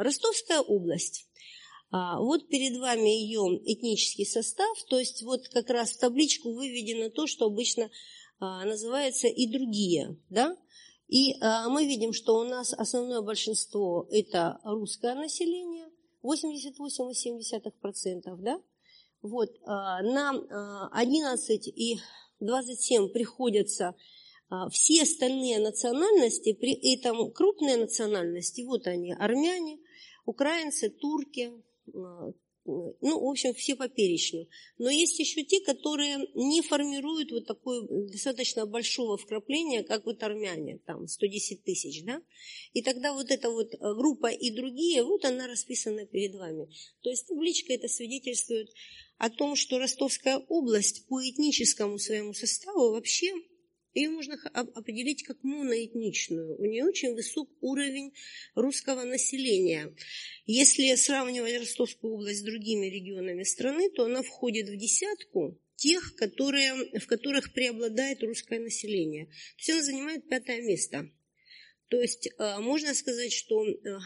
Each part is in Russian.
Ростовская область. Вот перед вами ее этнический состав, то есть вот как раз в табличку выведено то, что обычно называется «и другие». Да? И мы видим, что у нас основное большинство – это русское население, 88,7%. Да? Вот, на 11,27 приходятся все остальные национальности, при этом крупные национальности, вот они, армяне, украинцы, турки, ну, в общем, все по перечню. Но есть еще те, которые не формируют вот такое достаточно большого вкрапления, как вот армяне, там 110 тысяч, да? И тогда вот эта вот группа и другие, вот она расписана перед вами. То есть табличка это свидетельствует о том, что Ростовская область по этническому своему составу вообще, ее можно определить как моноэтничную. У нее очень высок уровень русского населения. Если сравнивать Ростовскую область с другими регионами страны, то она входит в десятку тех, в которых преобладает русское население. То есть она занимает 5-е место. То есть можно сказать, что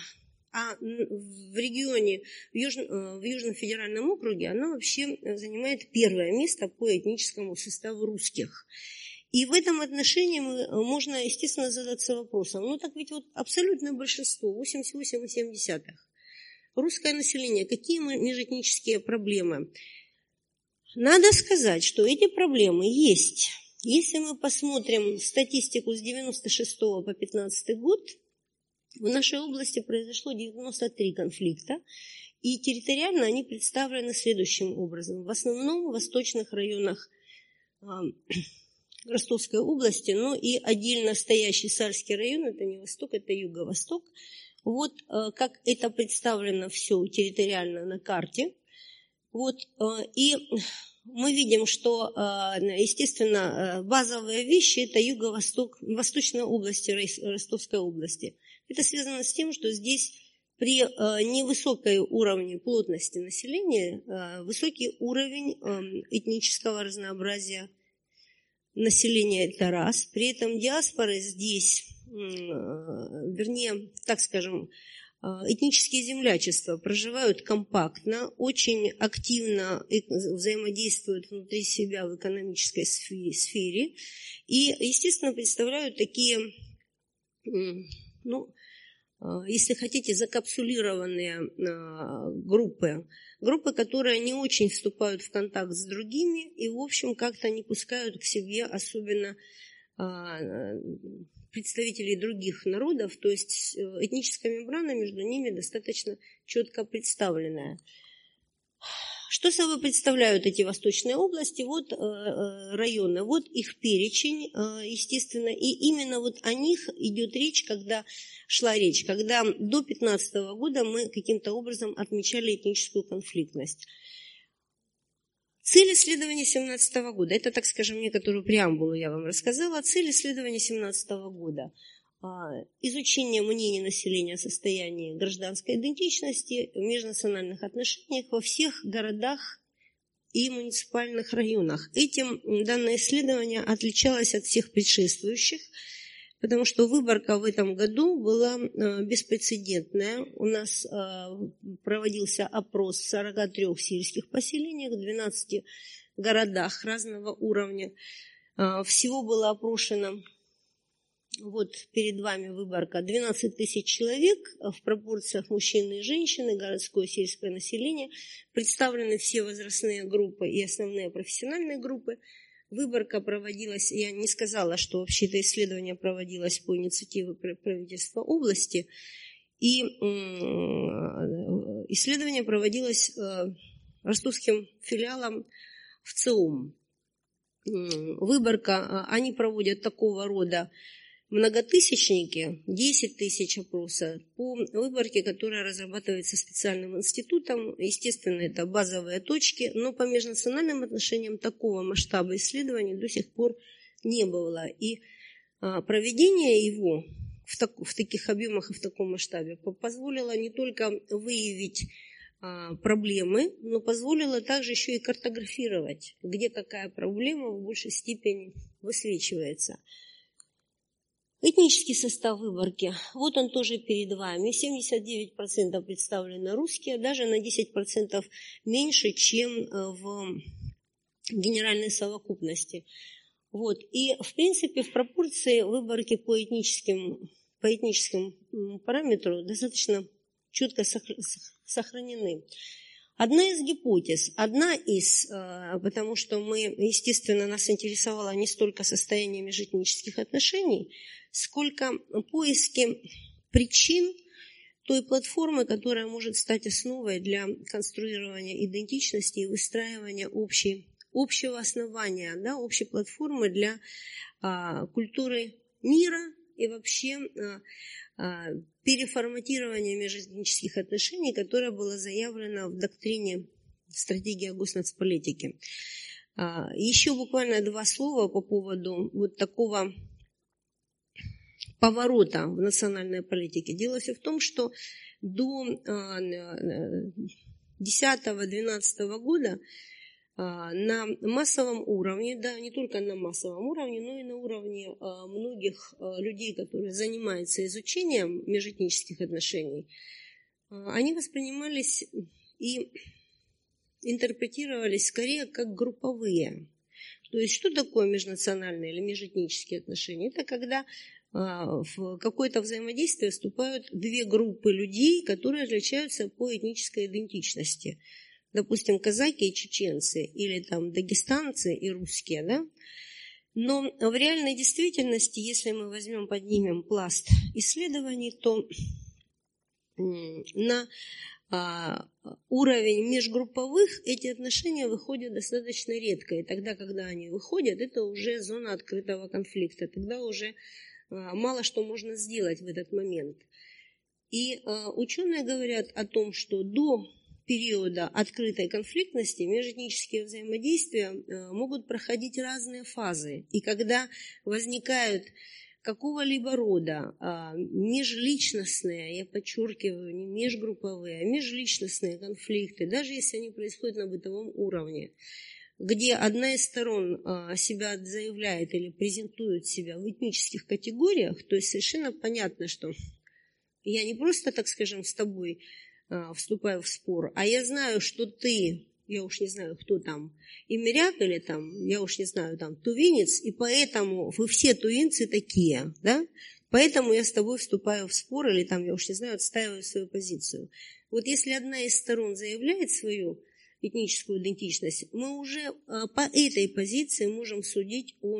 в регионе, в Южном федеральном округе, она вообще занимает 1-е место по этническому составу русских. И в этом отношении можно, естественно, задаться вопросом, ну так ведь вот абсолютное большинство, 88,7%, русское население, какие межэтнические проблемы? Надо сказать, что эти проблемы есть. Если мы посмотрим статистику с 96 по 15 год, в нашей области произошло 93 конфликта, и территориально они представлены следующим образом. В основном в восточных районах Ростовской области, но и отдельно стоящий Сальский район, это не Восток, это Юго-Восток. Вот как это представлено все территориально на карте. Вот, и мы видим, что, естественно, базовые вещи – это Юго-Восток, Восточная область Ростовской области. Это связано с тем, что здесь при невысокой уровне плотности населения высокий уровень этнического разнообразия населения – это раз. При этом диаспоры здесь, вернее, так скажем, этнические землячества проживают компактно, очень активно взаимодействуют внутри себя в экономической сфере и, естественно, представляют такие, ну, если хотите, закапсулированные группы, которые не очень вступают в контакт с другими и, в общем, как-то не пускают к себе особенно представителей других народов, то есть этническая мембрана между ними достаточно четко представленная. Что собой представляют эти восточные области? Вот районы, вот их перечень, естественно, и именно вот о них идет речь, когда до 2015 года мы каким-то образом отмечали этническую конфликтность. Цель исследования 2017 года, это, так скажем, некоторую преамбулу я вам рассказала, цель исследования 2017 года. Изучение мнений населения о состоянии гражданской идентичности в межнациональных отношениях во всех городах и муниципальных районах. Этим данное исследование отличалось от всех предшествующих, потому что выборка в этом году была беспрецедентная. У нас проводился опрос в 43 сельских поселениях, в 12 городах разного уровня. Всего было опрошено, вот перед вами выборка, 12 тысяч человек в пропорциях мужчины и женщины, городское и сельское население. Представлены все возрастные группы и основные профессиональные группы. Выборка проводилась, я не сказала, что вообще это исследование проводилось по инициативе правительства области, и исследование проводилось ростовским филиалом в ЦИОМ. Выборка, они проводят такого рода многотысячники, 10 тысяч опросов по выборке, которая разрабатывается специальным институтом. Естественно, это базовые точки, но по межнациональным отношениям такого масштаба исследований до сих пор не было. И проведение его в таких объемах и в таком масштабе позволило не только выявить проблемы, но позволило также еще и картографировать, где какая проблема в большей степени высвечивается. Этнический состав выборки. Вот он тоже перед вами. 79% представлены русские, даже на 10% меньше, чем в генеральной совокупности. Вот. И, в принципе, в пропорции выборки по этническим параметру достаточно четко сохранены. Одна из гипотез, потому что естественно, нас интересовало не столько состояние межэтнических отношений, сколько поиски причин той платформы, которая может стать основой для конструирования идентичности и выстраивания общего основания, да, общей платформы для культуры мира и вообще переформатирования межэтнических отношений, которое было заявлено в доктрине стратегии госнацполитики. Еще буквально 2 слова по поводу вот такого поворота в национальной политике. Дело все в том, что до 2010-2012 года на массовом уровне, да, не только на массовом уровне, но и на уровне многих людей, которые занимаются изучением межэтнических отношений, они воспринимались и интерпретировались скорее как групповые. То есть, что такое межнациональные или межэтнические отношения? Это когда в какое-то взаимодействие вступают 2 группы людей, которые отличаются по этнической идентичности. Допустим, казаки и чеченцы, или там дагестанцы и русские, да? Но в реальной действительности, если мы поднимем пласт исследований, то на уровень межгрупповых эти отношения выходят достаточно редко. И тогда, когда они выходят, это уже зона открытого конфликта. Тогда уже мало что можно сделать в этот момент. И ученые говорят о том, что до периода открытой конфликтности межэтнические взаимодействия могут проходить разные фазы. И когда возникают какого-либо рода межличностные, я подчеркиваю, не межгрупповые, а межличностные конфликты, даже если они происходят на бытовом уровне, где одна из сторон себя заявляет или презентует себя в этнических категориях, то есть совершенно понятно, что я не просто, так скажем, с тобой вступаю в спор, а я знаю, что ты, я уж не знаю, кто там, имеряк или там, я уж не знаю, там, тувинец, и поэтому вы все тувинцы такие, да? Поэтому я с тобой вступаю в спор или там, я уж не знаю, отстаиваю свою позицию. Вот если одна из сторон заявляет свою этническую идентичность, мы уже по этой позиции можем судить о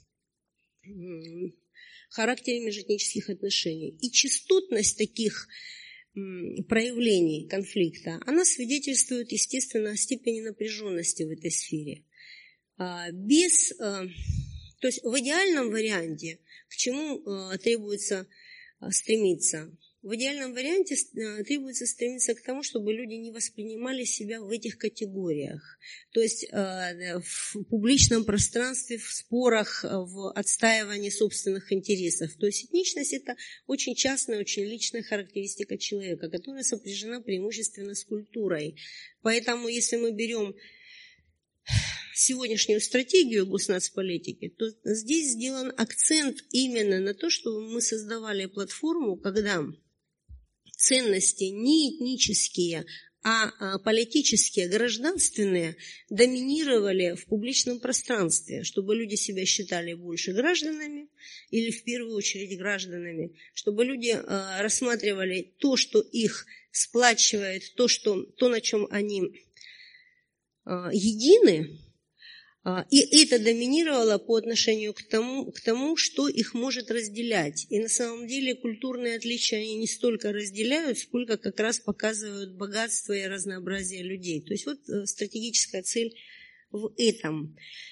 характере межэтнических отношений. И частотность таких проявлений конфликта, она свидетельствует, естественно, о степени напряженности в этой сфере. То есть в идеальном варианте к чему требуется стремиться? В идеальном варианте требуется стремиться к тому, чтобы люди не воспринимали себя в этих категориях. То есть в публичном пространстве, в спорах, в отстаивании собственных интересов. То есть этничность – это очень частная, очень личная характеристика человека, которая сопряжена преимущественно с культурой. Поэтому если мы берем сегодняшнюю стратегию госнацполитики, то здесь сделан акцент именно на то, чтобы мы создавали платформу, когда ценности не этнические, а политические, гражданственные доминировали в публичном пространстве, чтобы люди себя считали больше гражданами или в первую очередь гражданами, чтобы люди рассматривали то, что их сплачивает, то, на чем они едины, и это доминировало по отношению к тому, что их может разделять. И на самом деле культурные отличия они не столько разделяют, сколько как раз показывают богатство и разнообразие людей. То есть вот стратегическая цель в этом.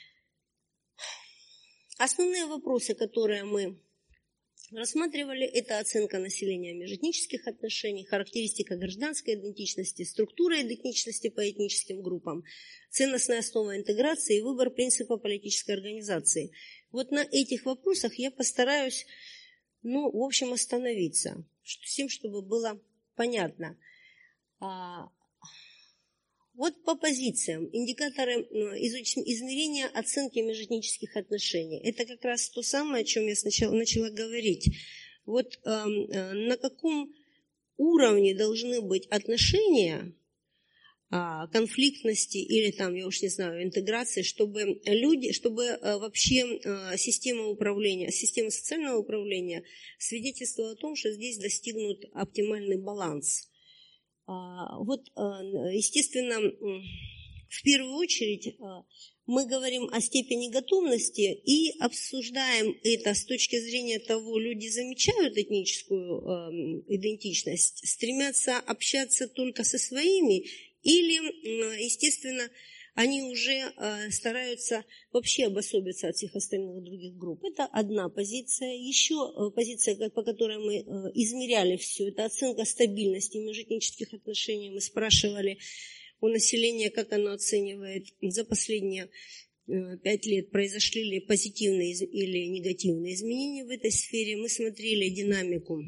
Основные вопросы, которые мы рассматривали, это оценка населения межэтнических отношений, характеристика гражданской идентичности, структура идентичности по этническим группам, ценностная основа интеграции и выбор принципа политической организации. Вот на этих вопросах я постараюсь, в общем, остановиться, с тем, чтобы было понятно. Вот по позициям, индикаторы измерения оценки межэтнических отношений. Это как раз то самое, о чем я сначала начала говорить. Вот на каком уровне должны быть отношения конфликтности или там, я уж не знаю, интеграции, чтобы вообще система социального управления свидетельствовала о том, что здесь достигнут оптимальный баланс. Вот, естественно, в первую очередь мы говорим о степени готовности и обсуждаем это с точки зрения того, люди замечают этническую идентичность, стремятся общаться только со своими, или, естественно, они уже стараются вообще обособиться от всех остальных других групп. Это одна позиция. Еще позиция, по которой мы измеряли все, это оценка стабильности межэтнических отношений. Мы спрашивали у населения, как оно оценивает за последние 5 лет, произошли ли позитивные или негативные изменения в этой сфере. Мы смотрели динамику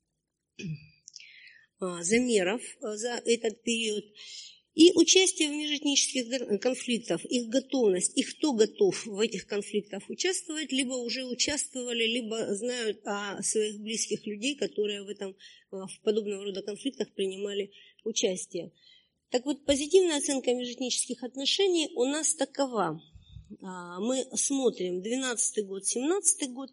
замеров за этот период. И участие в межэтнических конфликтах, их готовность, и кто готов в этих конфликтах участвовать, либо уже участвовали, либо знают о своих близких людей, которые в подобного рода конфликтах принимали участие. Так вот, позитивная оценка межэтнических отношений у нас такова. Мы смотрим 12 год, 17 год,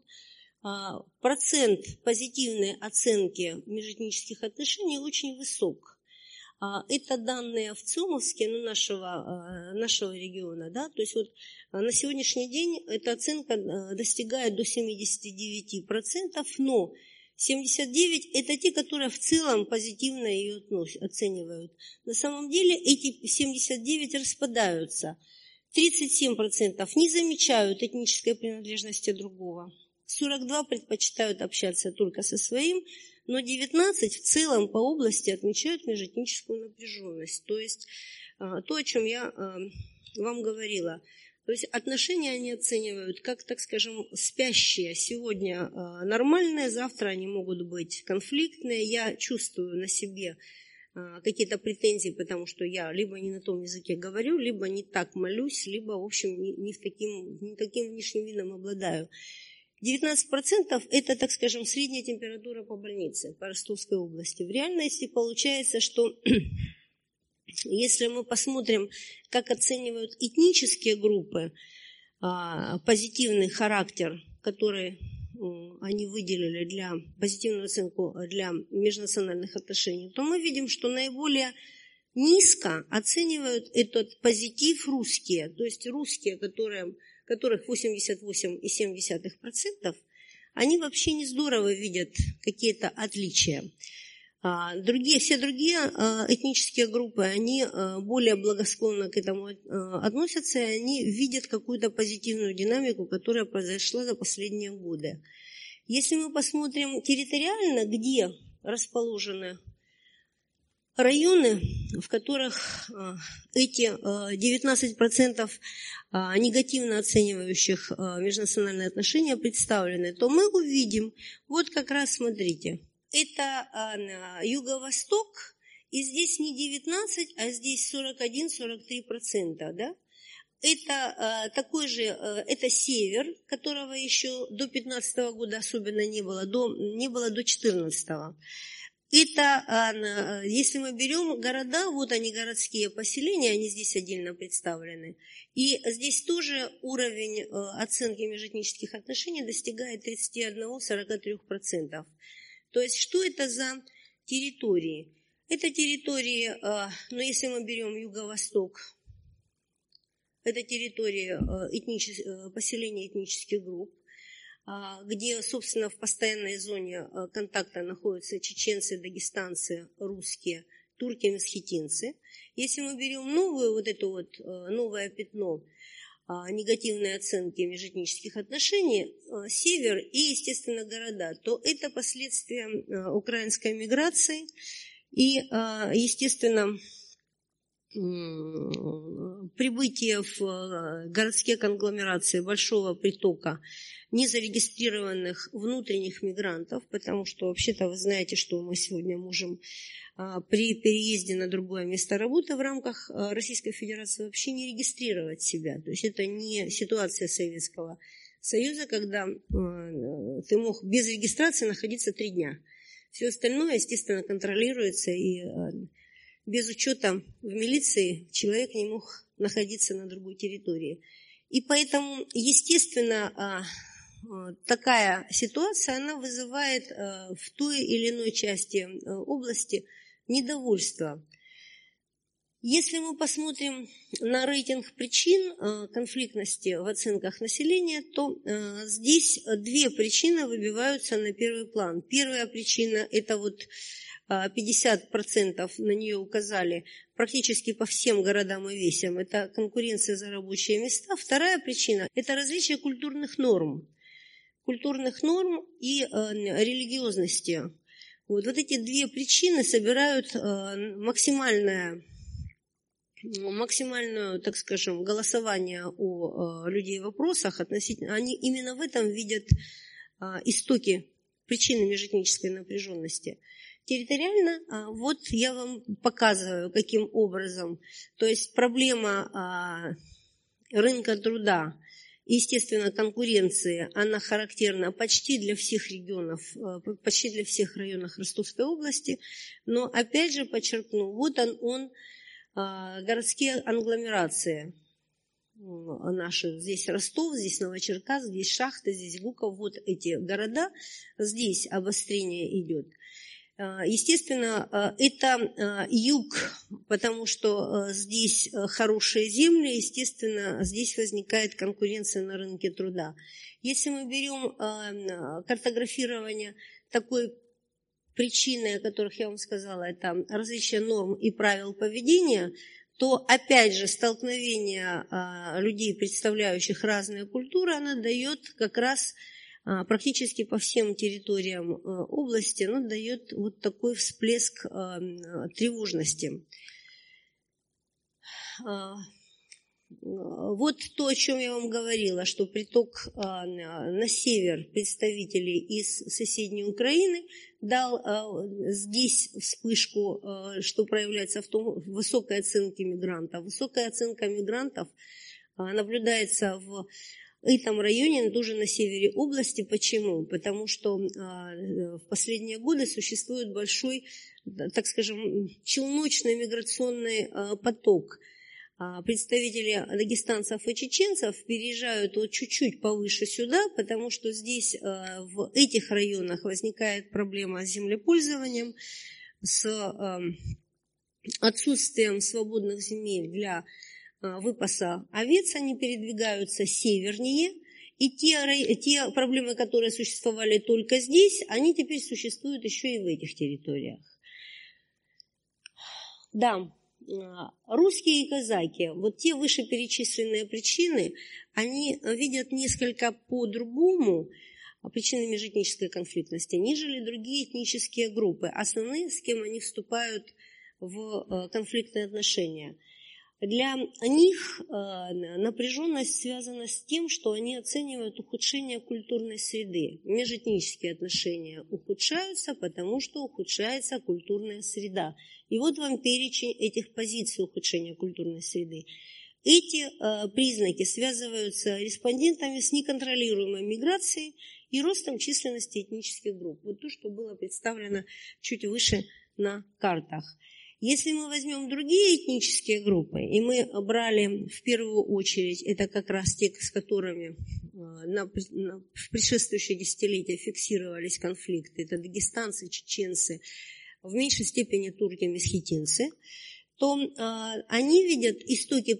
процент позитивной оценки межэтнических отношений очень высок. Это данные в ЦИОМовске, нашего региона, да, то есть вот на сегодняшний день эта оценка достигает до 79%, но 79 – это те, которые в целом позитивно ее оценивают. На самом деле эти 79 распадаются. 37% не замечают этнической принадлежности другого, 42% предпочитают общаться только со своим, но 19 в целом по области отмечают межэтническую напряженность. То есть то, о чем я вам говорила. То есть отношения они оценивают как, так скажем, спящие. Сегодня нормальные, завтра они могут быть конфликтные. Я чувствую на себе какие-то претензии, потому что я либо не на том языке говорю, либо не так молюсь, либо, в общем, не таким внешним видом обладаю. 19% это, так скажем, средняя температура по больнице, по Ростовской области. В реальности получается, что если мы посмотрим, как оценивают этнические группы позитивный характер, который они выделили для позитивную оценку для межнациональных отношений, то мы видим, что наиболее низко оценивают этот позитив русские, то есть русские, которых 88,7%, они вообще не здорово видят какие-то отличия. Все другие этнические группы, они более благосклонно к этому относятся, и они видят какую-то позитивную динамику, которая произошла за последние годы. Если мы посмотрим территориально, где расположены районы, в которых эти 19% негативно оценивающих межнациональные отношения представлены, то мы увидим, вот как раз смотрите, это юго-восток, и здесь не 19, а здесь 41-43%, да? Это такой же, это север, которого еще до 2015 года особенно не было до 2014. Это, если мы берем города, вот они, городские поселения, они здесь отдельно представлены. И здесь тоже уровень оценки межэтнических отношений достигает 31-43%. То есть, что это за территории? Это территории, если мы берем юго-восток, это территория поселения этнических групп, где, собственно, в постоянной зоне контакта находятся чеченцы, дагестанцы, русские, турки, месхетинцы. Если мы берем новое пятно негативной оценки межэтнических отношений, север и, естественно, города, то это последствия украинской миграции и, естественно, прибытие в городские конгломерации большого притока незарегистрированных внутренних мигрантов, потому что вообще-то вы знаете, что мы сегодня можем при переезде на другое место работы в рамках Российской Федерации вообще не регистрировать себя. То есть это не ситуация Советского Союза, когда ты мог без регистрации находиться 3 дня. Все остальное, естественно, контролируется, и без учета в милиции человек не мог находиться на другой территории. И поэтому, естественно, такая ситуация, она вызывает в той или иной части области недовольство. Если мы посмотрим на рейтинг причин конфликтности в оценках населения, то здесь 2 причины выбиваются на первый план. Первая причина – это 50% на нее указали практически по всем городам и весям. Это конкуренция за рабочие места. Вторая причина – это различие культурных норм и религиозности. Вот эти 2 причины собирают максимальное, так скажем, голосование у людей в вопросах относительно. Они именно в этом видят истоки причины межэтнической напряженности. Территориально, вот я вам показываю, каким образом. То есть проблема рынка труда, естественно, конкуренции, она характерна почти для всех регионов, почти для всех районов Ростовской области. Но опять же подчеркну, вот он городские англомерации наши. Здесь Ростов, здесь Новочеркасск, здесь Шахта, здесь Гуков. Вот эти города, здесь обострение идет. Естественно, это юг, потому что здесь хорошие земли, естественно, здесь возникает конкуренция на рынке труда. Если мы берем картографирование такой причины, о которых я вам сказала, это различие норм и правил поведения, то, опять же, столкновение людей, представляющих разные культуры, оно дает как раз практически по всем территориям области, оно дает вот такой всплеск тревожности. Вот то, о чем я вам говорила, что приток на север представителей из соседней Украины дал здесь вспышку, что проявляется в том, высокой оценке мигрантов. Высокая оценка мигрантов наблюдается в этом районе, тоже на севере области. Почему? Потому что в последние годы существует большой, так скажем, челночный миграционный поток. Представители дагестанцев и чеченцев переезжают вот чуть-чуть повыше сюда, потому что здесь, в этих районах, возникает проблема с землепользованием, с отсутствием свободных земель для выпаса овец, они передвигаются севернее, и те проблемы, которые существовали только здесь, они теперь существуют еще и в этих территориях. Да, русские и казаки, вот те вышеперечисленные причины, они видят несколько по-другому причины межэтнической конфликтности, нежели другие этнические группы, основные, с кем они вступают в конфликтные отношения. Для них напряженность связана с тем, что они оценивают ухудшение культурной среды. Межэтнические отношения ухудшаются, потому что ухудшается культурная среда. И вот вам перечень этих позиций ухудшения культурной среды. Эти признаки связываются респондентами с неконтролируемой миграцией и ростом численности этнических групп. Вот то, что было представлено чуть выше на картах. Если мы возьмем другие этнические группы, и мы брали в первую очередь, это как раз те, с которыми в предшествующие десятилетия фиксировались конфликты, это дагестанцы, чеченцы, в меньшей степени турки, месхетинцы, то они видят истоки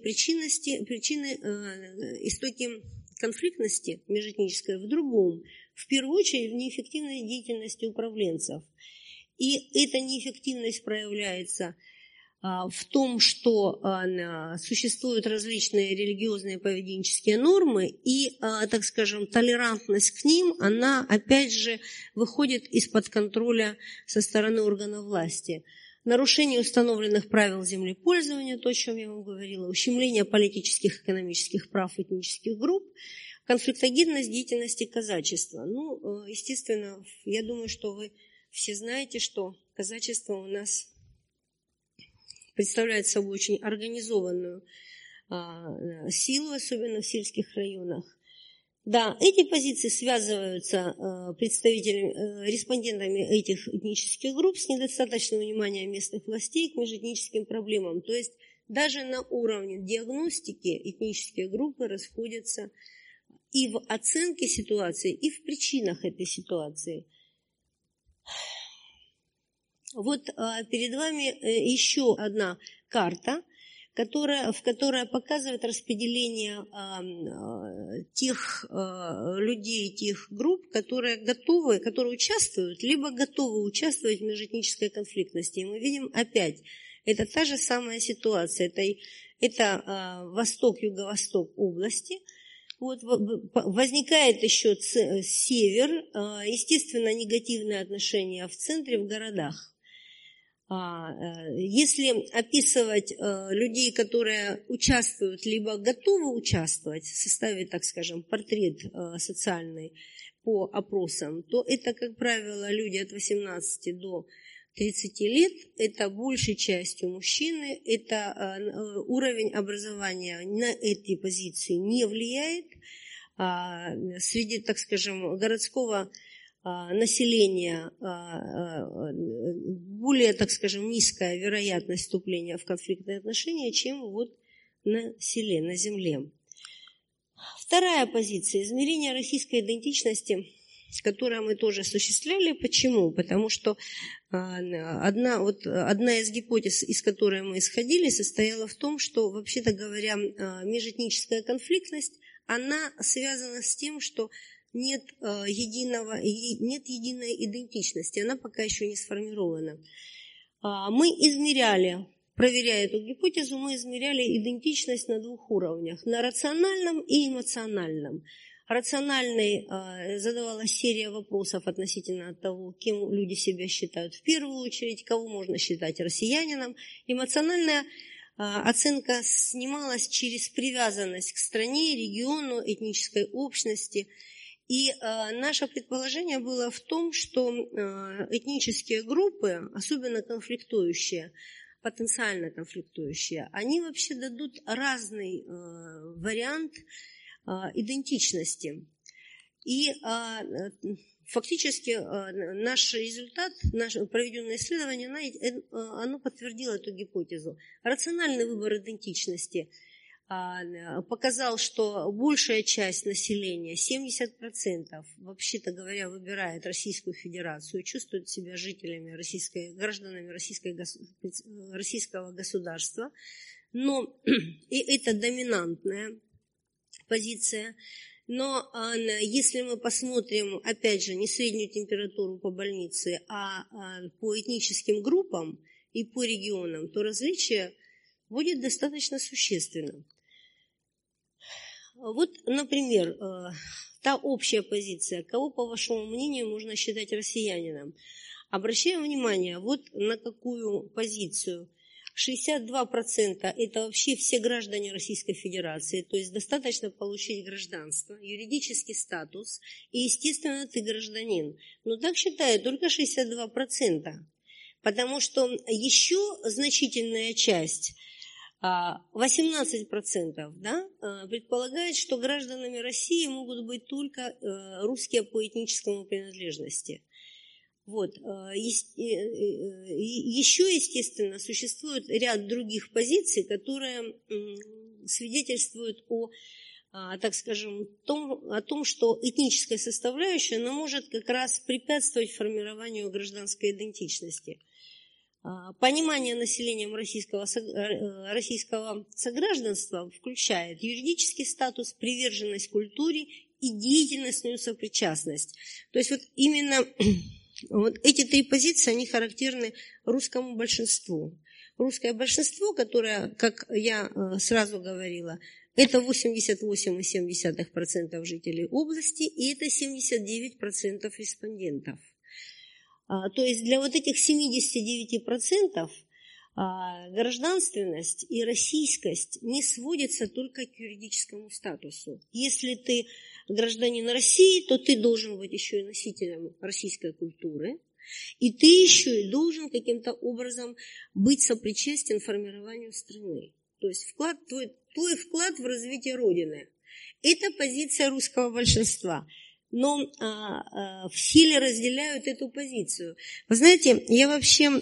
истоки конфликтности межэтнической в другом, в первую очередь в неэффективной деятельности управленцев. И эта неэффективность проявляется в том, что существуют различные религиозные поведенческие нормы, и, так скажем, толерантность к ним, она, опять же, выходит из-под контроля со стороны органов власти. нарушение установленных правил землепользования, то, о чем я вам говорила, ущемление политических и экономических прав этнических групп, конфликтогенность деятельности казачества. Ну, естественно, я думаю, что вы все знаете, что казачество у нас представляет собой очень организованную силу, особенно в сельских районах. Да, эти позиции связываются респондентами этих этнических групп с недостаточным вниманием местных властей к межэтническим проблемам. То есть даже на уровне диагностики этнические группы расходятся и в оценке ситуации, и в причинах этой ситуации. Вот перед вами еще одна карта, которая показывает распределение тех людей, тех групп, которые участвуют, либо готовы участвовать в межэтнической конфликтности. И мы видим опять, это та же самая ситуация. Это восток, юго-восток области. Вот, возникает еще север, естественно, негативные отношения в центре, в городах. Если описывать людей, которые участвуют, либо готовы участвовать, составить, так скажем, портрет социальный по опросам, то это, как правило, люди от 18 до 30 лет, это большей частью мужчины, это уровень образования на эти позиции не влияет. Среди, так скажем, городского населения более, так скажем, низкая вероятность вступления в конфликтные отношения, чем вот на селе, на земле. Вторая позиция – измерение российской идентичности, которое мы тоже осуществляли. Почему? Потому что одна из гипотез, из которой мы исходили, состояла в том, что, вообще-то говоря, межэтническая конфликтность, она связана с тем, что нет единой идентичности, она пока еще не сформирована. Мы измеряли, проверяя эту гипотезу, мы измеряли идентичность на двух уровнях, на рациональном и эмоциональном. Рациональной задавалась серия вопросов относительно того, кем люди себя считают в первую очередь, кого можно считать россиянином. Эмоциональная оценка снималась через привязанность к стране, региону, этнической общности. И наше предположение было в том, что этнические группы, особенно конфликтующие, потенциально конфликтующие, они вообще дадут разный вариант идентичности. И фактически наш результат, наше проведенное исследование, оно подтвердило эту гипотезу. Рациональный выбор идентичности показал, что большая часть населения, 70%, вообще-то говоря, выбирает Российскую Федерацию, чувствует себя жителями гражданами российского государства. Но и это доминантная позиция. Но если мы посмотрим, опять же, не среднюю температуру по больнице, а по этническим группам и по регионам, то различие будет достаточно существенным. Вот, например, та общая позиция, кого, по вашему мнению, можно считать россиянином. Обращаем внимание вот на какую позицию. 62% это вообще все граждане Российской Федерации, то есть достаточно получить гражданство, юридический статус, и, естественно, ты гражданин. Но так считают только 62%, потому что еще значительная часть, 18%, предполагает, что гражданами России могут быть только русские по этническому принадлежности. Вот. Еще, естественно, существует ряд других позиций, которые свидетельствуют так скажем, о том, что этническая составляющая, она может как раз препятствовать формированию гражданской идентичности. Понимание населением российского согражданства включает юридический статус, приверженность культуре и деятельностную сопричастность. То есть вот именно вот эти три позиции, они характерны русскому большинству. Русское большинство, которое, как я сразу говорила, это 88,7% жителей области, и это 79% респондентов. То есть для вот этих 79% гражданственность и российскость не сводятся только к юридическому статусу. Если ты гражданин России, то ты должен быть еще и носителем российской культуры, и ты еще и должен каким-то образом быть сопричастен к формированию страны. То есть твой вклад в развитие Родины. Это позиция русского большинства. Но все ли разделяют эту позицию? Вы знаете, я вообще...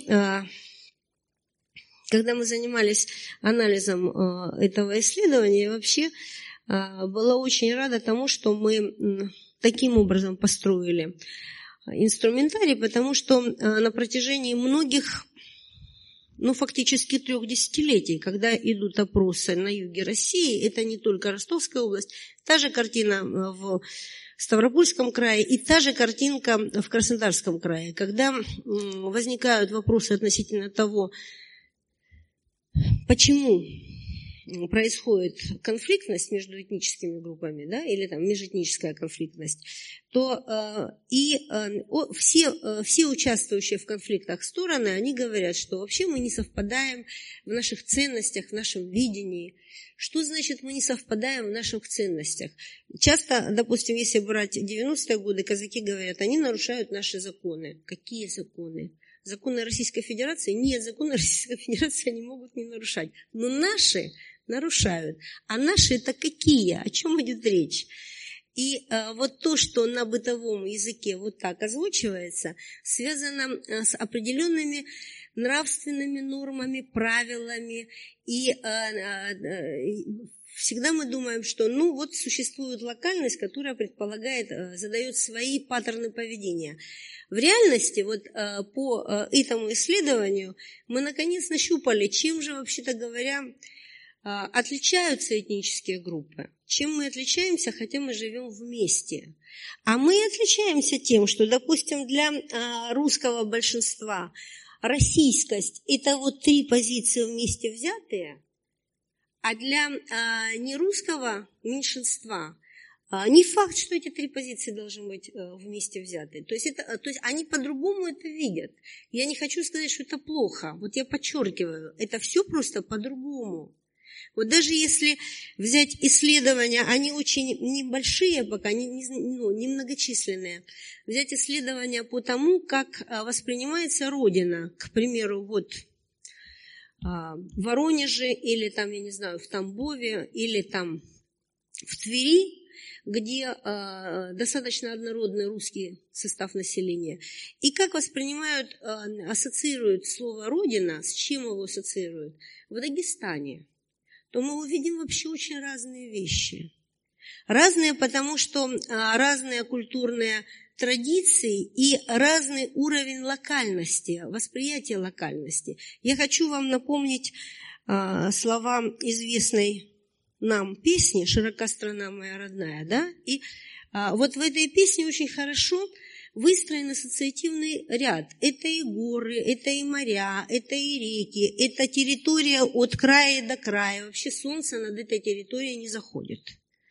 Когда мы занимались анализом этого исследования, я вообще была очень рада тому, что мы таким образом построили инструментарий, потому что на протяжении многих, фактически 3 десятилетий, когда идут опросы на юге России, это не только Ростовская область, та же картина в Ставропольском крае и та же картинка в Краснодарском крае, когда возникают вопросы относительно того, почему происходит конфликтность между этническими группами, да, или там межэтническая конфликтность, то все участвующие в конфликтах стороны, они говорят, что вообще мы не совпадаем в наших ценностях, в нашем видении. Что значит мы не совпадаем в наших ценностях? Часто, допустим, если брать 90-е годы, казаки говорят, они нарушают наши законы. Какие законы? Законы Российской Федерации? Нет, законы Российской Федерации они могут не нарушать. Но наши нарушают. А наши это какие? О чем идет речь? И вот то, что на бытовом языке вот так озвучивается, связано с определенными нравственными нормами, правилами. И всегда мы думаем, что существует локальность, которая предполагает, задает свои паттерны поведения. В реальности, по этому исследованию, мы наконец нащупали, чем же, вообще-то говоря, отличаются этнические группы. Чем мы отличаемся, хотя мы живем вместе. А мы отличаемся тем, что, допустим, для русского большинства российскость – это 3 позиции вместе взятые, а для нерусского меньшинства не факт, что эти 3 позиции должны быть вместе взяты. То есть они по-другому это видят. Я не хочу сказать, что это плохо. Я подчеркиваю, это все просто по-другому. Даже если взять исследования, они очень небольшие пока, немногочисленные. Взять исследования по тому, как воспринимается Родина. К примеру, в Воронеже или там, я не знаю, в Тамбове или там в Твери, где достаточно однородный русский состав населения. И как воспринимают, ассоциируют слово «родина», с чем его ассоциируют? В Дагестане. То мы увидим вообще очень разные вещи. Разные, потому что разные культурные традиции и разный уровень локальности, восприятия локальности. Я хочу вам напомнить слова известной нам песни «Широка страна моя родная». Да? И в этой песне очень хорошо выстроен ассоциативный ряд. Это и горы, это и моря, это и реки, это территория от края до края. Вообще солнце над этой территорией не заходит.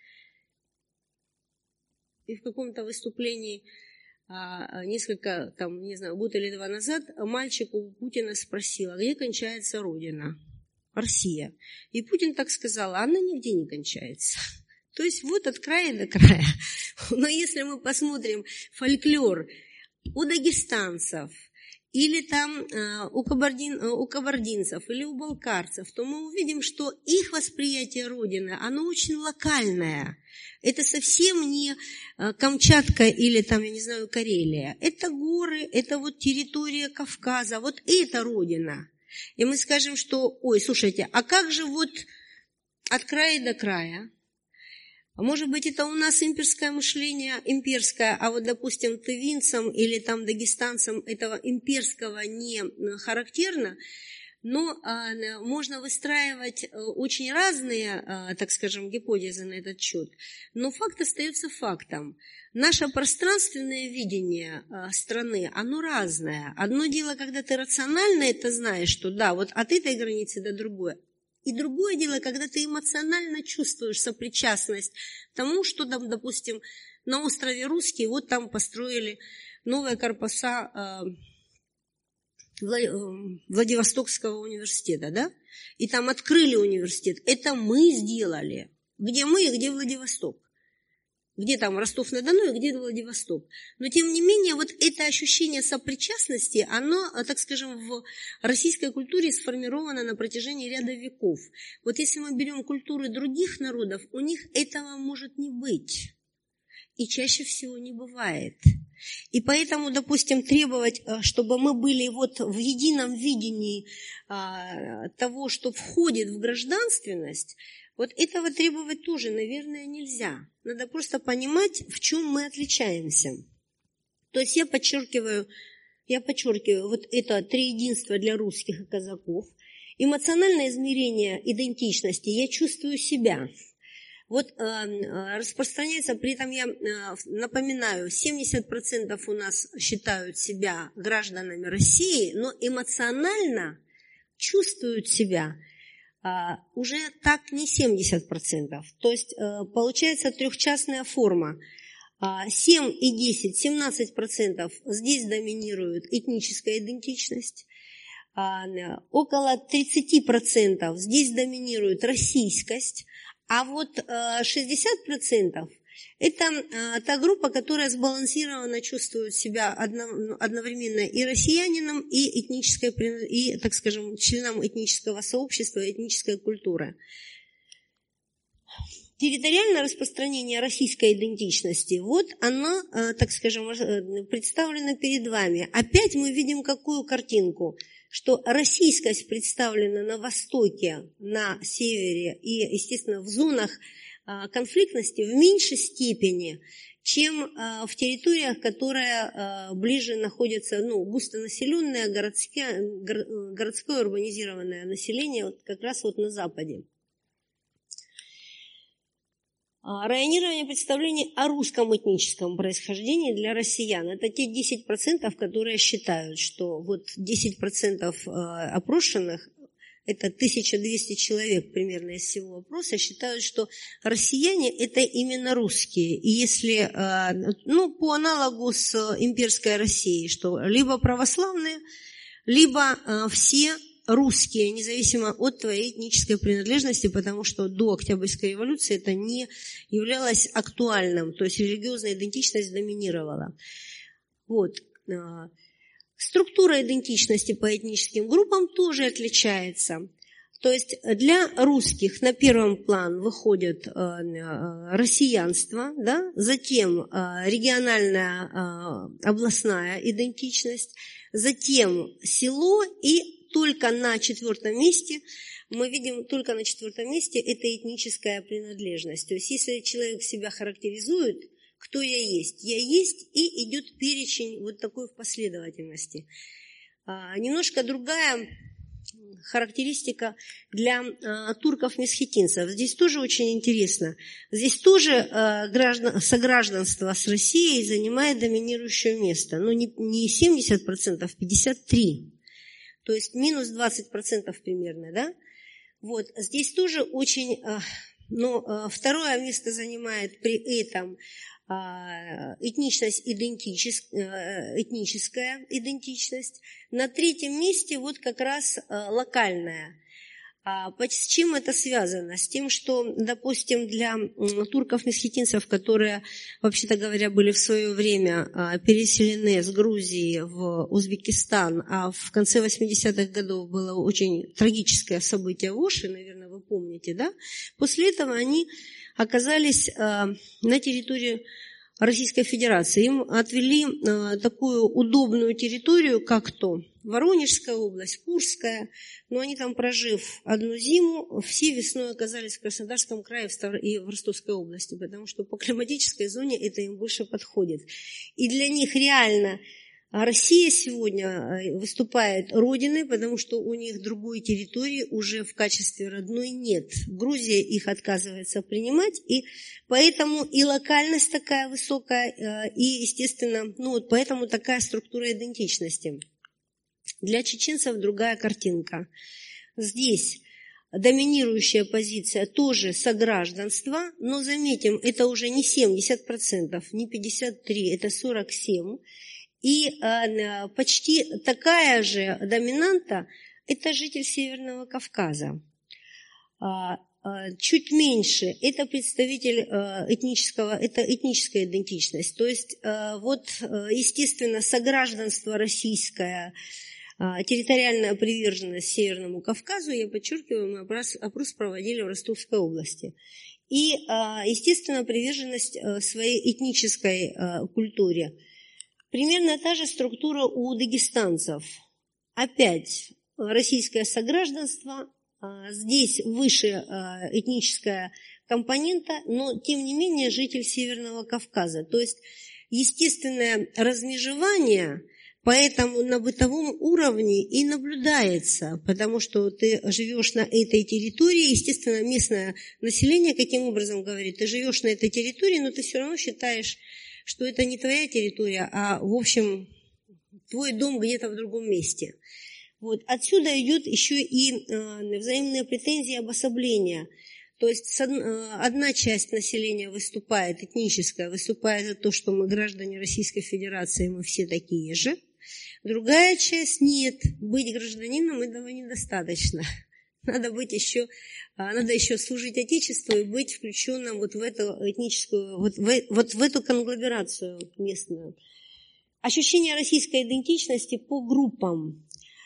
И в каком-то выступлении несколько, год или 2 назад мальчик у Путина спросил, а где кончается Родина? Россия. И Путин так сказал, она нигде не кончается. То есть от края до края. Но если мы посмотрим фольклор у дагестанцев, или там у кабардинцев, или у балкарцев, то мы увидим, что их восприятие Родины, оно очень локальное. Это совсем не Камчатка или там, я не знаю, Карелия. Это горы, это территория Кавказа, это Родина. И мы скажем, что, слушайте, а как же от края до края? А может быть, это у нас имперское мышление, а допустим, тывинцам или там дагестанцам этого имперского не характерно, но можно выстраивать очень разные, так скажем, гипотезы на этот счет. Но факт остается фактом. Наше пространственное видение страны, оно разное. Одно дело, когда ты рационально это знаешь, что да, от этой границы до другой. И другое дело, когда ты эмоционально чувствуешь сопричастность тому, что там, допустим, на острове Русский, вот там построили новые корпуса Владивостокского университета, да? И там открыли университет. Это мы сделали. Где мы и где Владивосток? Где там Ростов-на-Дону и где Владивосток? Но тем не менее, вот это ощущение сопричастности, оно, так скажем, в российской культуре сформировано на протяжении ряда веков. Вот если мы берем культуры других народов, у них этого может не быть. И чаще всего не бывает. И поэтому, допустим, требовать, чтобы мы были вот в едином видении того, что входит в гражданственность, вот этого требовать тоже, наверное, нельзя. Надо просто понимать, в чем мы отличаемся. То есть я подчеркиваю, вот это триединство для русских и казаков. Эмоциональное измерение идентичности, я чувствую себя. Вот распространяется, при этом я напоминаю, 70% у нас считают себя гражданами России, но эмоционально чувствуют себя уже так не 70%. То есть получается трехчастная форма. 7 и 10, 17% здесь доминирует этническая идентичность. Около 30% здесь доминирует российскость. А вот 60% это та группа, которая сбалансированно чувствует себя одновременно и россиянином, и так скажем, членом этнического сообщества, этнической культуры. Территориальное распространение российской идентичности, вот оно, так скажем, представлено перед вами. Опять мы видим какую картинку? Что российскость представлена на востоке, на севере и, естественно, в зонах конфликтности в меньшей степени, чем в территориях, которые ближе находятся, густонаселенное, городское урбанизированное население, вот как раз вот на западе. Районирование представлений о русском этническом происхождении для россиян. Это те 10%, которые считают, что вот 10% опрошенных, это 1200 человек примерно из всего опроса, считают, что россияне это именно русские. И если, по аналогу с имперской Россией, что либо православные, либо все русские, независимо от твоей этнической принадлежности, потому что до Октябрьской революции это не являлось актуальным, то есть религиозная идентичность доминировала. Вот. Структура идентичности по этническим группам тоже отличается. То есть для русских на первый план выходит россиянство, да? Затем региональная областная идентичность, затем село и только на четвертом месте это этническая принадлежность. То есть если человек себя характеризует, кто я есть, и идет перечень вот такой в последовательности. Немножко другая характеристика для турков-месхетинцев. Здесь тоже очень интересно. Здесь тоже согражданство с Россией занимает доминирующее место. Но не 70%, 53%. То есть минус 20% примерно, да? Вот, здесь тоже очень, второе место занимает при этом этническая идентичность. На третьем месте вот как раз локальная. С чем это связано? С тем, что, допустим, для турков-месхетинцев, которые, вообще-то говоря, были в свое время переселены с Грузии в Узбекистан, а в конце 80-х годов было очень трагическое событие в Оши, наверное, вы помните, да? После этого они оказались на территории Российской Федерации. Им отвели такую удобную территорию, как то Воронежская область, Курская, но они там, прожив одну зиму, все весной оказались в Краснодарском крае и в Ростовской области, потому что по климатической зоне это им больше подходит. И для них реально Россия сегодня выступает родиной, потому что у них другой территории уже в качестве родной нет. Грузия их отказывается принимать, и поэтому и локальность такая высокая, и, естественно, поэтому такая структура идентичности. Для чеченцев другая картинка. Здесь доминирующая позиция тоже согражданство, но заметим, это уже не 70%, не 53%, это 47%. И почти такая же доминанта – это житель Северного Кавказа. Чуть меньше – это представитель это этническая идентичность. То есть, естественно, согражданство российское, территориальная приверженность Северному Кавказу, я подчеркиваю, мы опрос проводили в Ростовской области. И, естественно, приверженность своей этнической культуре. Примерно та же структура у дагестанцев. Опять российское согражданство, здесь выше этническая компонента, но тем не менее житель Северного Кавказа. То есть естественное размежевание поэтому на бытовом уровне и наблюдается, потому что ты живешь на этой территории, естественно, местное население каким образом говорит, ты живешь на этой территории, но ты все равно считаешь, что это не твоя территория, а, в общем, твой дом где-то в другом месте. Вот. Отсюда идет еще и взаимные претензии обособления. То есть одна часть населения выступает, этническая, выступает за то, что мы граждане Российской Федерации, мы все такие же. Другая часть нет, быть гражданином этого недостаточно. Надо еще служить Отечеству и быть включенным вот в эту этническую, вот в эту конгломерацию местную. Ощущение российской идентичности по группам.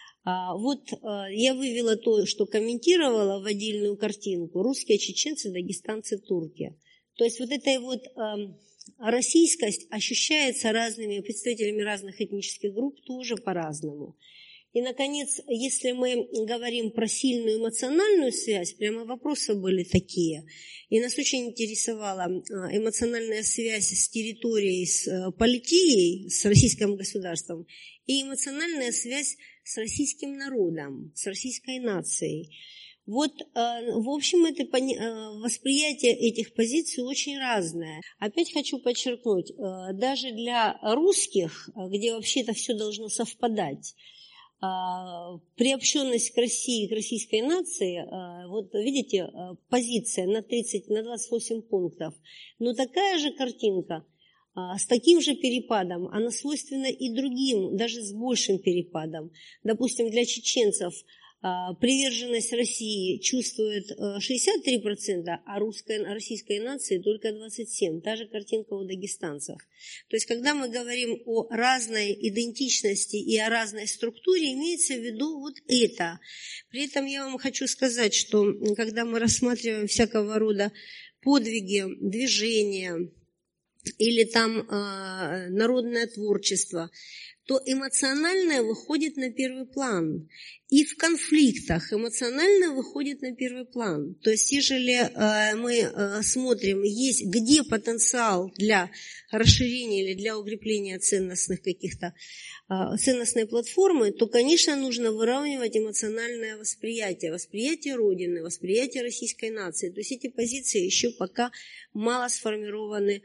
Я вывела то, что комментировала в отдельную картинку. Русские, чеченцы, дагестанцы, турки. То есть вот эта вот российскость ощущается разными представителями разных этнических групп тоже по-разному. И, наконец, если мы говорим про сильную эмоциональную связь, прямо вопросы были такие. И нас очень интересовала эмоциональная связь с территорией, с политией, с российским государством, и эмоциональная связь с российским народом, с российской нацией. Вот, в общем, это восприятие этих позиций очень разное. Опять хочу подчеркнуть, даже для русских, где вообще-то все должно совпадать, приобщенность к России, к российской нации, вот видите, позиция на 28 пунктов, но такая же картинка, с таким же перепадом, она свойственна и другим, даже с большим перепадом. Допустим, для чеченцев приверженность России чувствует 63%, а российской нации только 27%. Та же картинка у дагестанцев. То есть, когда мы говорим о разной идентичности и о разной структуре, имеется в виду вот это. При этом я вам хочу сказать, что когда мы рассматриваем всякого рода подвиги, движения или там народное творчество, то эмоциональное выходит на первый план. И в конфликтах эмоциональное выходит на первый план. То есть, ежели мы смотрим, есть где потенциал для расширения или для укрепления ценностных каких-то ценностной платформы, то, конечно, нужно выравнивать эмоциональное восприятие Родины, восприятие российской нации. То есть эти позиции еще пока мало сформированы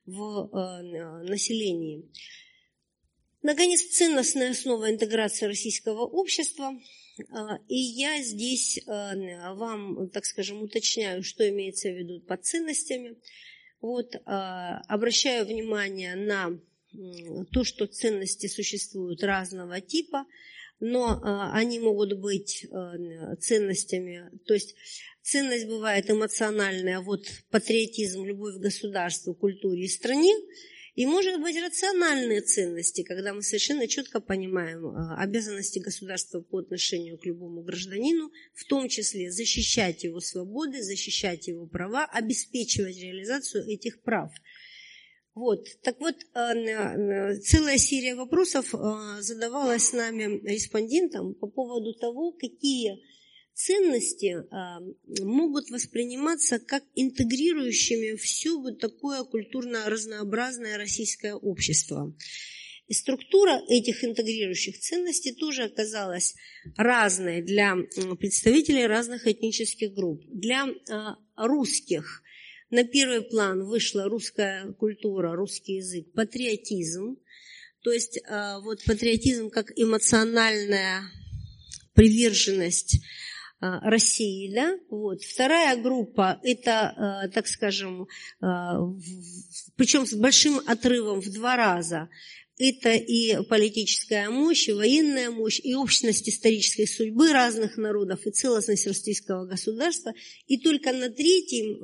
в населении. Наконец, ценностная основа интеграции российского общества. И я здесь вам, так скажем, уточняю, что имеется в виду под ценностями. Вот, обращаю внимание на то, что ценности существуют разного типа, но они могут быть ценностями, то есть ценность бывает эмоциональная, вот патриотизм, любовь к государству, культуре и стране, и может быть рациональные ценности, когда мы совершенно четко понимаем обязанности государства по отношению к любому гражданину, в том числе защищать его свободы, защищать его права, обеспечивать реализацию этих прав. Вот. Так вот, целая серия вопросов задавалась нами респондентам по поводу того, какие ценности могут восприниматься как интегрирующими все вот такое культурно разнообразное российское общество. И структура этих интегрирующих ценностей тоже оказалась разной для представителей разных этнических групп. Для русских на первый план вышла русская культура, русский язык, патриотизм. То есть вот патриотизм как эмоциональная приверженность России, да, вот. Вторая группа – это, так скажем, причем с большим отрывом в 2 раза. Это и политическая мощь, и военная мощь, и общность исторической судьбы разных народов, и целостность российского государства. И только на третьем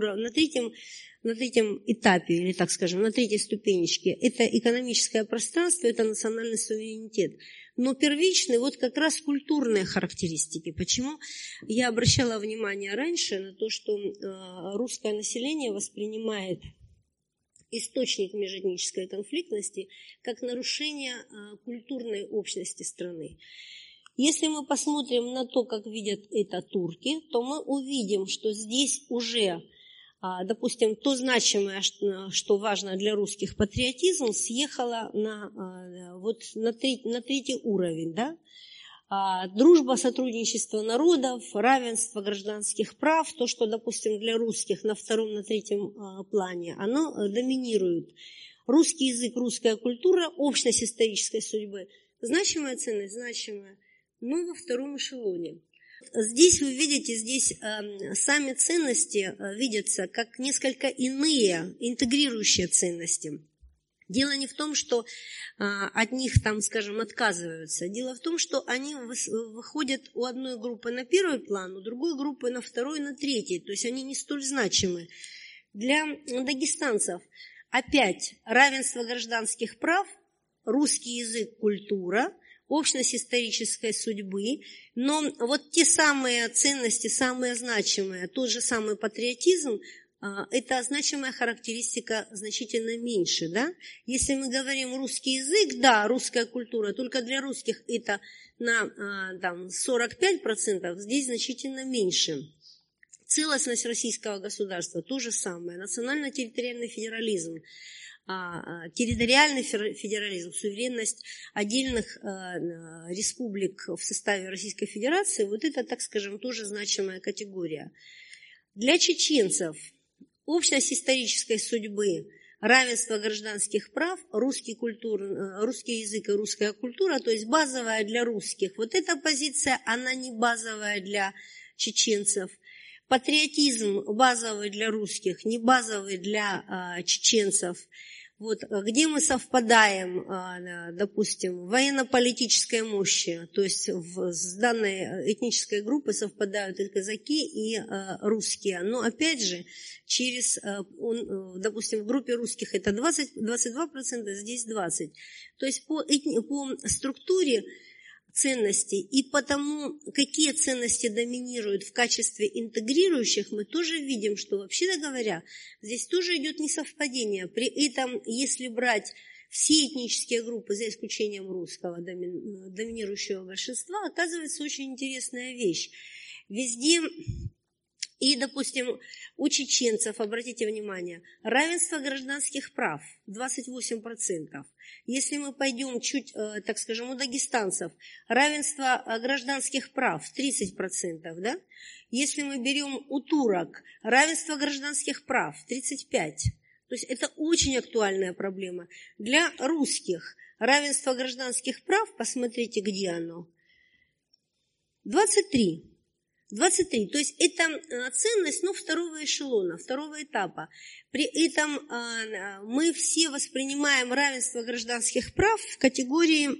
этапе, или так скажем, на третьей ступенечке, это экономическое пространство, это национальный суверенитет. Но первичны вот как раз культурные характеристики. Почему я обращала внимание раньше на то, что русское население воспринимает источник межэтнической конфликтности как нарушение культурной общности страны. Если мы посмотрим на то, как видят это турки, то мы увидим, что здесь уже, допустим, то значимое, что важно для русских, патриотизм, съехало на третий уровень, да? Дружба, сотрудничество народов, равенство гражданских прав, то, что, допустим, для русских на втором, на третьем плане, оно доминирует. Русский язык, русская культура, общность исторической судьбы. Значимая ценность, значимая, но во втором эшелоне. Здесь вы видите, здесь сами ценности видятся как несколько иные, интегрирующие ценности. Дело не в том, что от них, там, скажем, отказываются. Дело в том, что они выходят у одной группы на первый план, у другой группы на второй, на третий. То есть они не столь значимы. Для дагестанцев опять равенство гражданских прав, русский язык, культура, общность исторической судьбы, но вот те самые ценности, самые значимые, тот же самый патриотизм, это значимая характеристика значительно меньше, да? Если мы говорим русский язык, да, русская культура, только для русских это на 45%, здесь значительно меньше. Целостность российского государства то же самое, национально-территориальный федерализм, территориальный федерализм, суверенность отдельных республик в составе Российской Федерации, вот это, так скажем, тоже значимая категория. Для чеченцев общность исторической судьбы, равенство гражданских прав, русский язык и русская культура, то есть базовая для русских. Вот эта позиция, она не базовая для чеченцев. Патриотизм базовый для русских, не базовый для чеченцев. Вот, где мы совпадаем, допустим, в военно-политической мощи, то есть с данной этнической группой совпадают и казаки, и русские. Но опять же, допустим, в группе русских это 22%, здесь 20%. То есть по структуре ценностей и потому, какие ценности доминируют в качестве интегрирующих, мы тоже видим, что, вообще-то говоря, здесь тоже идет несовпадение. При этом, если брать все этнические группы, за исключением русского доминирующего большинства, оказывается очень интересная вещь. Везде... И, допустим, у чеченцев, обратите внимание, равенство гражданских прав 28%. Если мы пойдем чуть, так скажем, у дагестанцев, равенство гражданских прав 30%, да? Если мы берем у турок, равенство гражданских прав 35%. То есть это очень актуальная проблема. Для русских равенство гражданских прав, посмотрите, где оно, 23%. То есть это ценность, второго эшелона, второго этапа. При этом мы все воспринимаем равенство гражданских прав в категории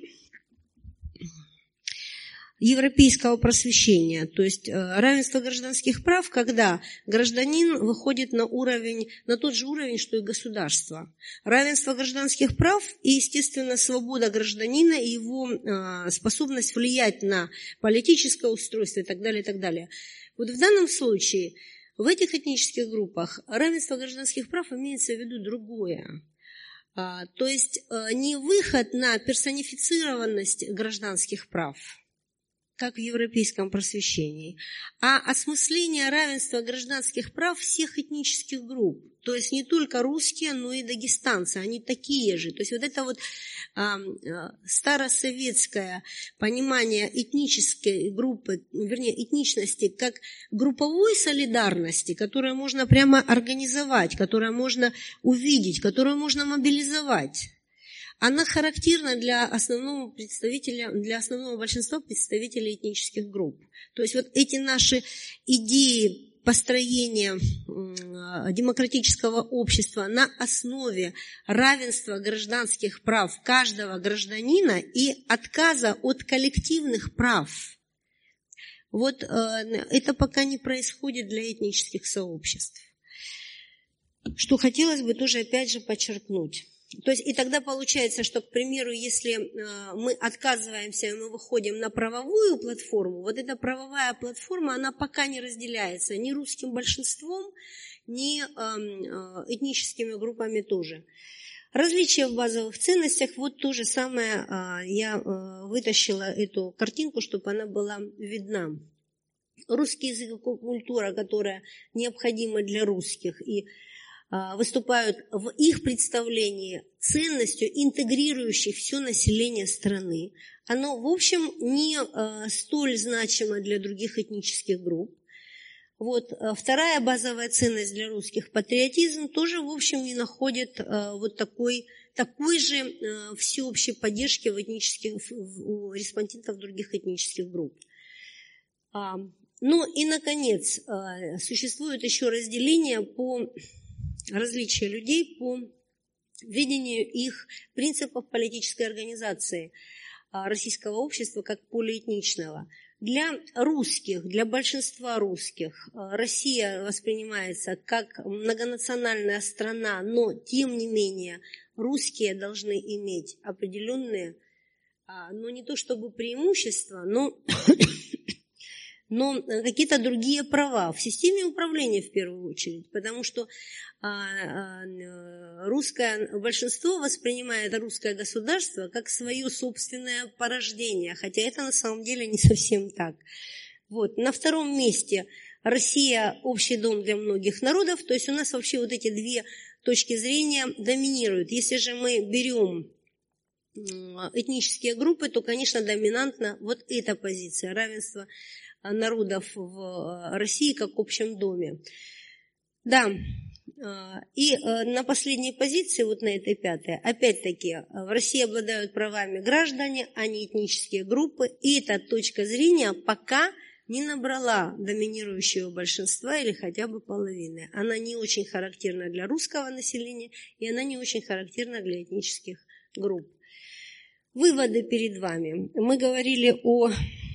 европейского просвещения. То есть равенство гражданских прав, когда гражданин выходит на тот же уровень, что и государство. Равенство гражданских прав и, естественно, свобода гражданина и его способность влиять на политическое устройство и так далее, и так далее. Вот в данном случае в этих этнических группах равенство гражданских прав имеется в виду другое. То есть не выход на персонифицированность гражданских прав, как в европейском просвещении, а осмысление равенства гражданских прав всех этнических групп. То есть не только русские, но и дагестанцы, они такие же. То есть вот это вот старосоветское понимание этнической группы, вернее, этничности как групповой солидарности, которую можно прямо организовать, которую можно увидеть, которую можно мобилизовать. она характерна для основного большинства представителей этнических групп. То есть вот эти наши идеи построения демократического общества на основе равенства гражданских прав каждого гражданина и отказа от коллективных прав. Вот это пока не происходит для этнических сообществ. Что хотелось бы тоже опять же подчеркнуть. То есть и тогда получается, что, к примеру, если мы отказываемся и мы выходим на правовую платформу, вот эта правовая платформа, она пока не разделяется ни русским большинством, ни этническими группами тоже. Различия в базовых ценностях, вот то же самое, я вытащила эту картинку, чтобы она была видна. Русский язык и культура, которая необходима для русских и выступают в их представлении ценностью, интегрирующей все население страны. Оно, в общем, не столь значимо для других этнических групп. Вот. Вторая базовая ценность для русских – патриотизм, тоже, в общем, не находит вот такой же всеобщей поддержки у респондентов других этнических групп. Ну и, наконец, существует еще разделение по различия людей по видению их принципов политической организации российского общества как полиэтничного. Для русских, для большинства русских Россия воспринимается как многонациональная страна, но тем не менее русские должны иметь определенные, ну не то чтобы преимущества, но какие-то другие права в системе управления в первую очередь, потому что русское большинство воспринимает русское государство как свое собственное порождение, хотя это на самом деле не совсем так. Вот. На втором месте Россия – общий дом для многих народов, то есть у нас вообще вот эти две точки зрения доминируют. Если же мы берем этнические группы, то, конечно, доминантна вот эта позиция равенства народов в России как в общем доме. Да, и на последней позиции, вот на этой пятой, опять-таки, в России обладают правами граждане, а не этнические группы, и эта точка зрения пока не набрала доминирующего большинства или хотя бы половины. Она не очень характерна для русского населения, и она не очень характерна для этнических групп. Выводы перед вами. Мы говорили о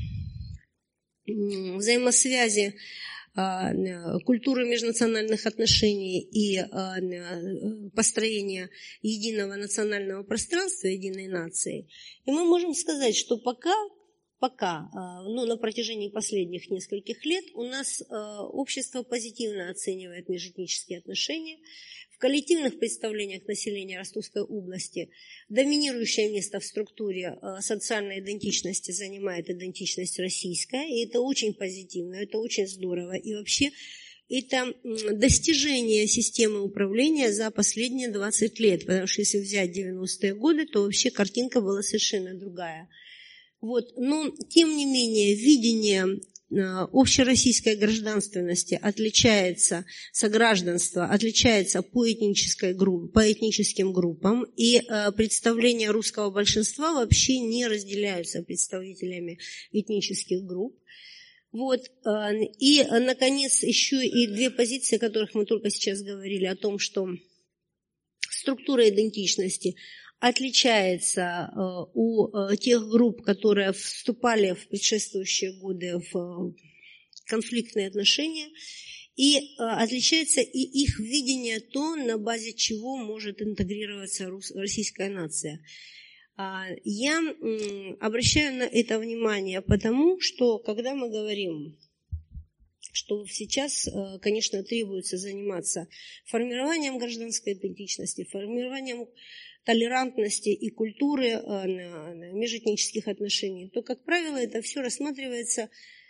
взаимосвязи культуры межнациональных отношений и построения единого национального пространства, единой нации. И мы можем сказать, что пока, на протяжении последних нескольких лет у нас общество позитивно оценивает межэтнические отношения. В коллективных представлениях населения Ростовской области доминирующее место в структуре социальной идентичности занимает идентичность российская, и это очень позитивно, это очень здорово. И вообще это достижение системы управления за последние 20 лет, потому что если взять 90-е годы, то вообще картинка была совершенно другая. Вот. Но, тем не менее, видение общероссийской гражданственности отличается, согражданство отличается по этническим группам, и представления русского большинства вообще не разделяются представителями этнических групп. Вот. И, наконец, еще и две позиции, о которых мы только сейчас говорили, о том, что структура идентичности отличается у тех групп, которые вступали в предшествующие годы в конфликтные отношения, и отличается и их видение то, на базе чего может интегрироваться российская нация. Я обращаю на это внимание, потому что, когда мы говорим, что сейчас, конечно, требуется заниматься формированием гражданской идентичности, формированием толерантности и культуры межэтнических отношений, то, как правило, это все рассматривается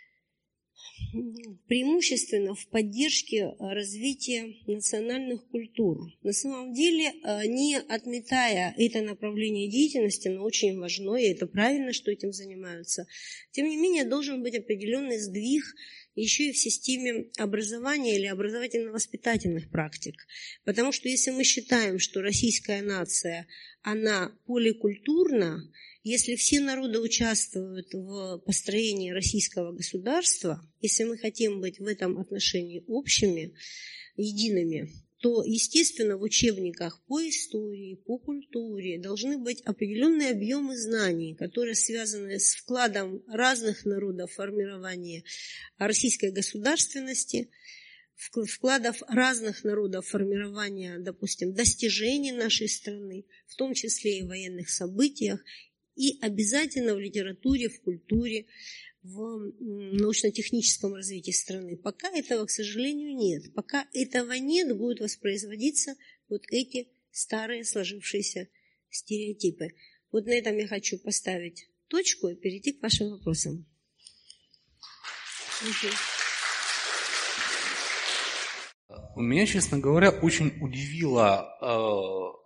преимущественно в поддержке развития национальных культур. На самом деле, не отметая это направление деятельности, оно очень важно, и это правильно, что этим занимаются. Тем не менее, должен быть определенный сдвиг еще и в системе образования или образовательно-воспитательных практик. Потому что если мы считаем, что российская нация, она поликультурна, если все народы участвуют в построении российского государства, если мы хотим быть в этом отношении общими, едиными, то, естественно, в учебниках по истории, по культуре должны быть определенные объемы знаний, которые связаны с вкладом разных народов в формирование российской государственности, вкладов разных народов в формирование, допустим, достижений нашей страны, в том числе и в военных событиях, и обязательно в литературе, в культуре, в научно-техническом развитии страны. Пока этого, к сожалению, нет. Пока этого нет, будут воспроизводиться вот эти старые сложившиеся стереотипы. Вот на этом я хочу поставить точку и перейти к вашим вопросам. Меня, честно говоря, очень удивило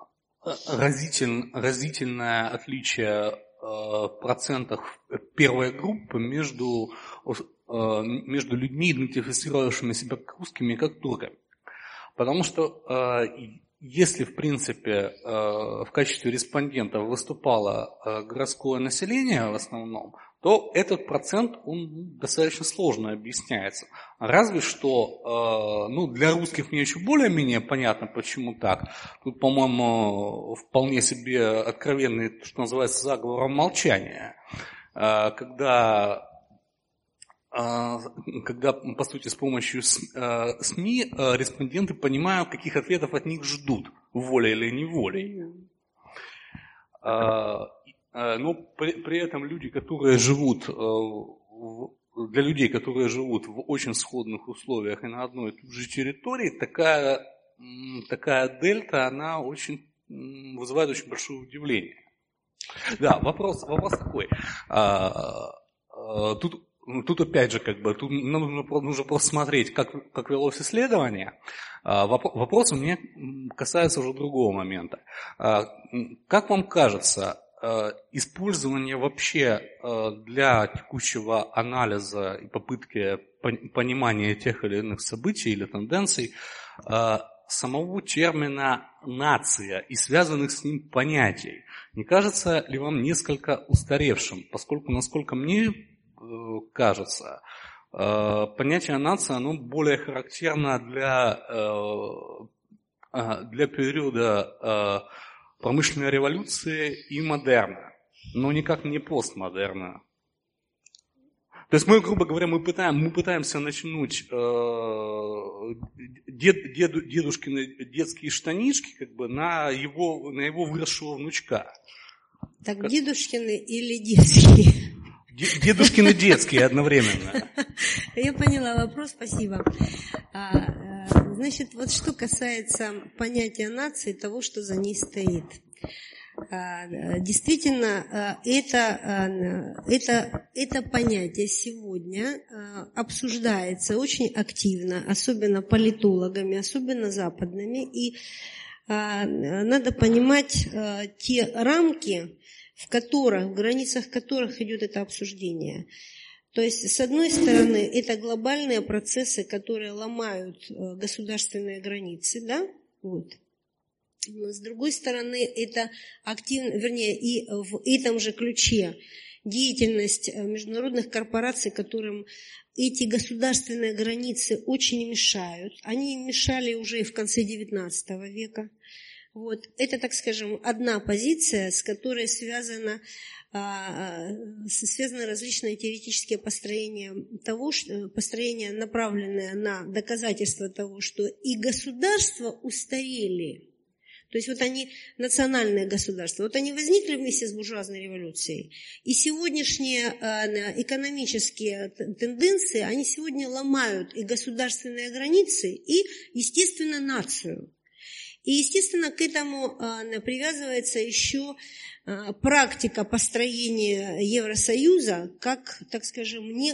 разительное отличие в процентах первой группы между людьми, идентифицировавшими себя как русскими и как турками. Потому что если, в принципе, в качестве респондентов выступало городское население в основном, то этот процент, он достаточно сложно объясняется. Разве что, для русских мне еще более-менее понятно, почему так. Тут, по-моему, вполне себе откровенный, что называется, заговором молчания. Когда, по сути, с помощью СМИ респонденты понимают, каких ответов от них ждут, волей или неволей. Но при этом люди, которые живут, для людей, которые живут в очень сходных условиях и на одной и той же территории, такая дельта, она вызывает очень большое удивление. Да, вопрос такой. Тут опять же, тут нужно просто смотреть, как велось исследование. Вопрос у меня касается уже другого момента. Как вам кажется, использование вообще для текущего анализа и попытки понимания тех или иных событий или тенденций самого термина «нация» и связанных с ним понятий, не кажется ли вам несколько устаревшим? Поскольку, насколько мне кажется, понятие «нация» оно более характерно для периода промышленной революции и модерна, но никак не постмодерна. То есть мы, грубо говоря, мы пытаемся натянуть дедушкины детские штанишки на его выросшего внучка. Так дедушкины или детские? Дедушкины детские одновременно. Я поняла вопрос, спасибо. Значит, вот что касается понятия нации, того, что за ней стоит. Действительно, это понятие сегодня обсуждается очень активно, особенно политологами, особенно западными. И надо понимать те рамки, в границах которых идет это обсуждение. То есть, с одной стороны, это глобальные процессы, которые ломают государственные границы, да, вот. Но с другой стороны, это и в этом же ключе деятельность международных корпораций, которым эти государственные границы очень мешают. Они им мешали уже и в конце XIX века. Вот. Это, так скажем, одна позиция, с которой связаны различные теоретические построения направленные на доказательство того, что и государства устарели. То есть вот они, национальные государства, вот они возникли вместе с буржуазной революцией. И сегодняшние экономические тенденции, они сегодня ломают и государственные границы, и, естественно, нацию. И, естественно, к этому привязывается еще практика построения Евросоюза как, так скажем, не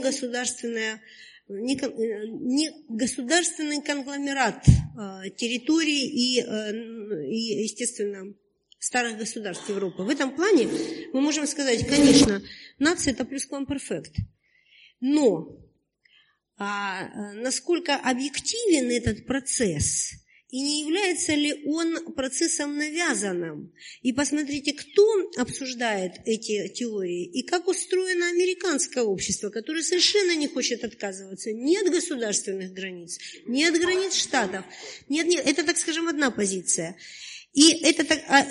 государственный конгломерат территорий и, естественно, старых государств Европы. В этом плане мы можем сказать, конечно, нация – это плюсквамперфект. Но насколько объективен этот процесс и не является ли он процессом навязанным. И посмотрите, кто обсуждает эти теории и как устроено американское общество, которое совершенно не хочет отказываться ни от государственных границ, ни от границ штатов. Нет, это, так скажем, одна позиция. И это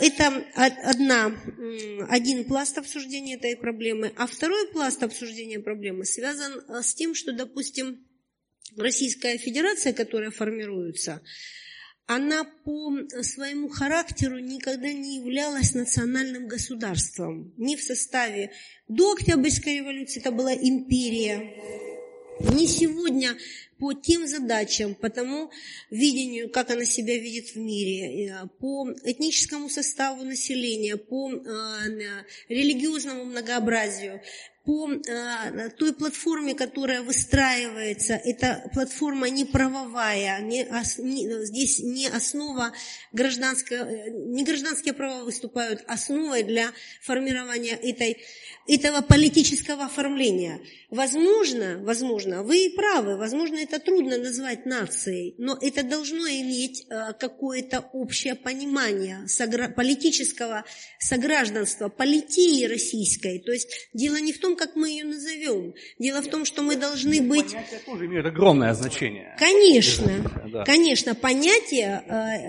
один пласт обсуждения этой проблемы. А второй пласт обсуждения проблемы связан с тем, что, допустим, Российская Федерация, которая формируется, она по своему характеру никогда не являлась национальным государством. Ни в составе до Октябрьской революции это была империя, ни сегодня по тем задачам, по тому видению, как она себя видит в мире, по этническому составу населения, по религиозному многообразию, по той платформе, которая выстраивается. Эта платформа не правовая, здесь не основа гражданская, не гражданские права выступают основой для формирования этого политического оформления. Возможно, вы и правы, возможно, это трудно назвать нацией, но это должно иметь какое-то общее понимание политического согражданства, политии российской. То есть дело не в том, как мы ее назовем. Дело в том, что мы должны быть... Понятия тоже имеют огромное значение. Конечно, понятие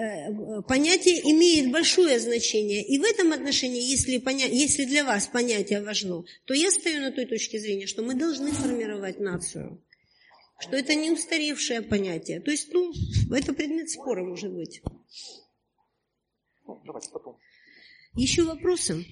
имеет большое значение. И в этом отношении, если для вас понятие важно, то я стою на той точке зрения, что мы должны формировать нацию. Что это не устаревшее понятие. То есть, это предмет спора может быть. Давайте потом. Еще вопросы?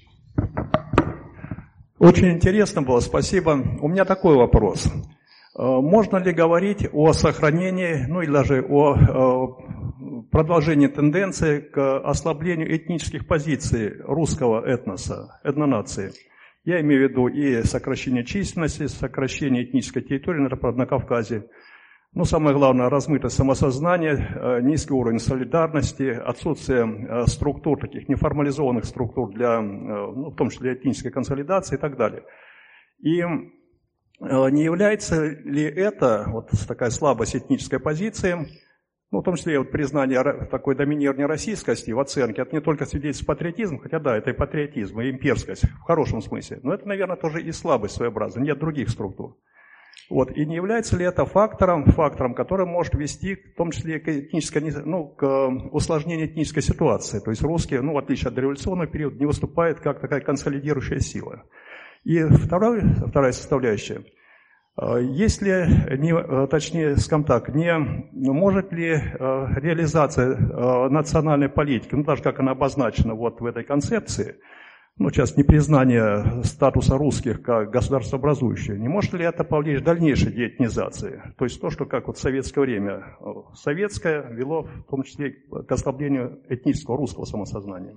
Очень интересно было, спасибо. У меня такой вопрос. Можно ли говорить о сохранении, или даже о продолжении тенденции к ослаблению этнических позиций русского этноса, этнонации? Я имею в виду и сокращение численности, сокращение этнической территории, например, на Кавказе. Самое главное, размытое самосознание, низкий уровень солидарности, отсутствие структур, таких неформализованных структур для, в том числе этнической консолидации и так далее. И не является ли это, такая слабость этнической позиции, в том числе признание такой доминирования российскости в оценке, это не только свидетельство патриотизма, хотя да, это и патриотизм, и имперскость в хорошем смысле, но это, наверное, тоже и слабость своеобразная, нет других структур. И не является ли это фактором, который может вести, в том числе к усложнению этнической ситуации. То есть русские, в отличие от дореволюционного периода, не выступают как такая консолидирующая сила. И вторая составляющая. Если, скажем так, не может ли реализация национальной политики, даже как она обозначена в этой концепции, сейчас непризнание статуса русских как государствообразующего, не может ли это повлечь дальнейшей деэтнизации? То есть то, что как в советское время советское вело в том числе к ослаблению этнического русского самосознания.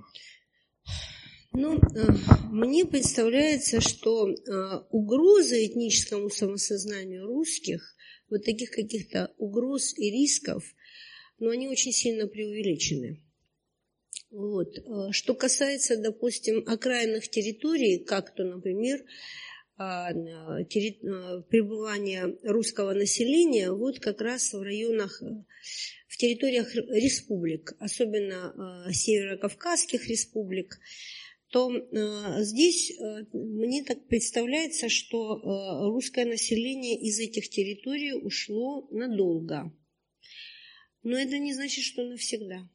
Мне представляется, что угрозы этническому самосознанию русских, таких каких-то угроз и рисков, они очень сильно преувеличены. Что касается, допустим, окраинных территорий, как то, например, пребывания русского населения, как раз в районах, в территориях республик, особенно северокавказских республик, то здесь мне так представляется, что русское население из этих территорий ушло надолго. Но это не значит, что навсегда.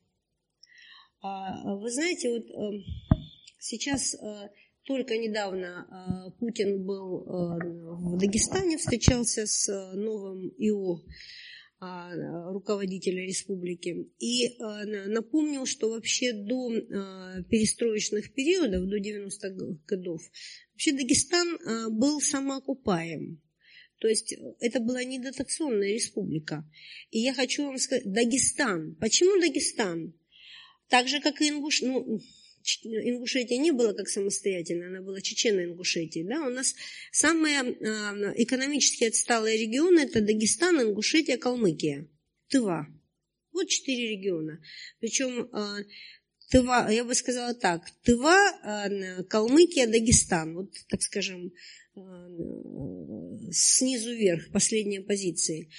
Вы знаете, сейчас только недавно Путин был в Дагестане, встречался с новым ИО, руководителя республики, и напомнил, что вообще до перестроечных периодов, до 90-х годов, вообще Дагестан был самоокупаем. То есть это была не дотационная республика. И я хочу вам сказать, Дагестан. Почему Дагестан? Так же, как и Ингушетия не была как самостоятельная, она была Чечено-Ингушетией. Да? У нас самые экономически отсталые регионы – это Дагестан, Ингушетия, Калмыкия, Тыва. 4 региона. Причем Тыва, я бы сказала так, Тыва, Калмыкия, Дагестан, вот, так скажем, снизу вверх, последние позиции.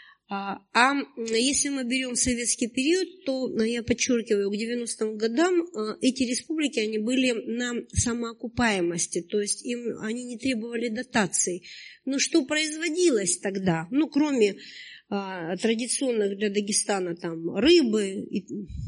А если мы берем советский период, то, я подчеркиваю, к 90-м годам эти республики, они были на самоокупаемости, то есть они не требовали дотаций. Но что производилось тогда? Ну, кроме традиционных для Дагестана там рыбы и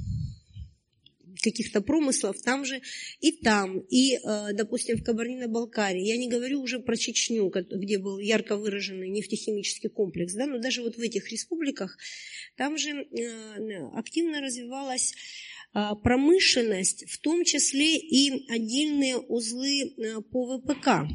каких-то промыслов, там же и, допустим, в Кабардино-Балкарии. Я не говорю уже про Чечню, где был ярко выраженный нефтехимический комплекс, да, но даже вот в этих республиках там же активно развивалась промышленность, в том числе и отдельные узлы по ВПК.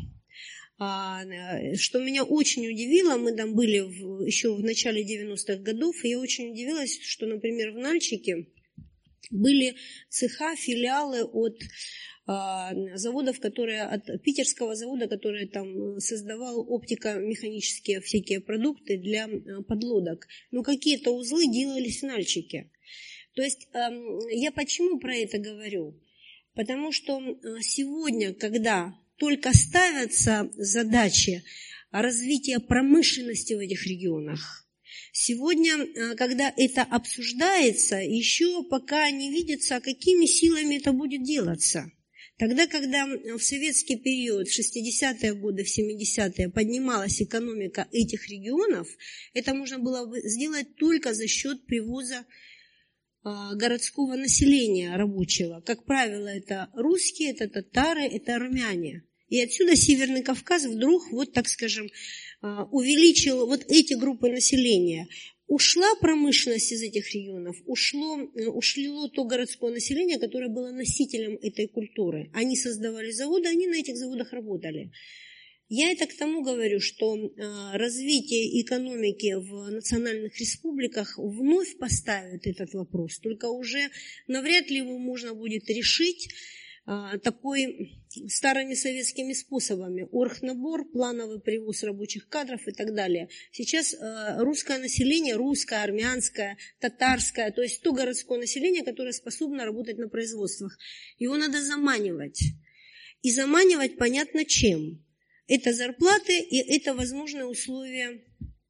Что меня очень удивило, мы там были еще в начале 90-х годов, и я очень удивилась, что, например, в Нальчике были цеха, филиалы от заводов, от питерского завода, который там создавал оптико-механические всякие продукты для подлодок. Но какие-то узлы делались в Нальчике. То есть я почему про это говорю? Потому что сегодня, когда только ставятся задачи развития промышленности в этих регионах, сегодня, когда это обсуждается, еще пока не видится, какими силами это будет делаться. Тогда, когда в советский период, в 60-е годы, в 70-е поднималась экономика этих регионов, это можно было бы сделать только за счет привоза городского населения рабочего. Как правило, это русские, это татары, это армяне. И отсюда Северный Кавказ вдруг, вот так скажем, увеличил вот эти группы населения. Ушла промышленность из этих регионов, ушло то городское население, которое было носителем этой культуры. Они создавали заводы, они на этих заводах работали. Я это к тому говорю, что развитие экономики в национальных республиках вновь поставит этот вопрос. Только уже навряд ли его можно будет решить такой старыми советскими способами. Оргнабор, плановый привоз рабочих кадров и так далее. Сейчас русское население, русское, армянское, татарское, то есть то городское население, которое способно работать на производствах. Его надо заманивать. И заманивать понятно чем. Это зарплаты и это возможные условия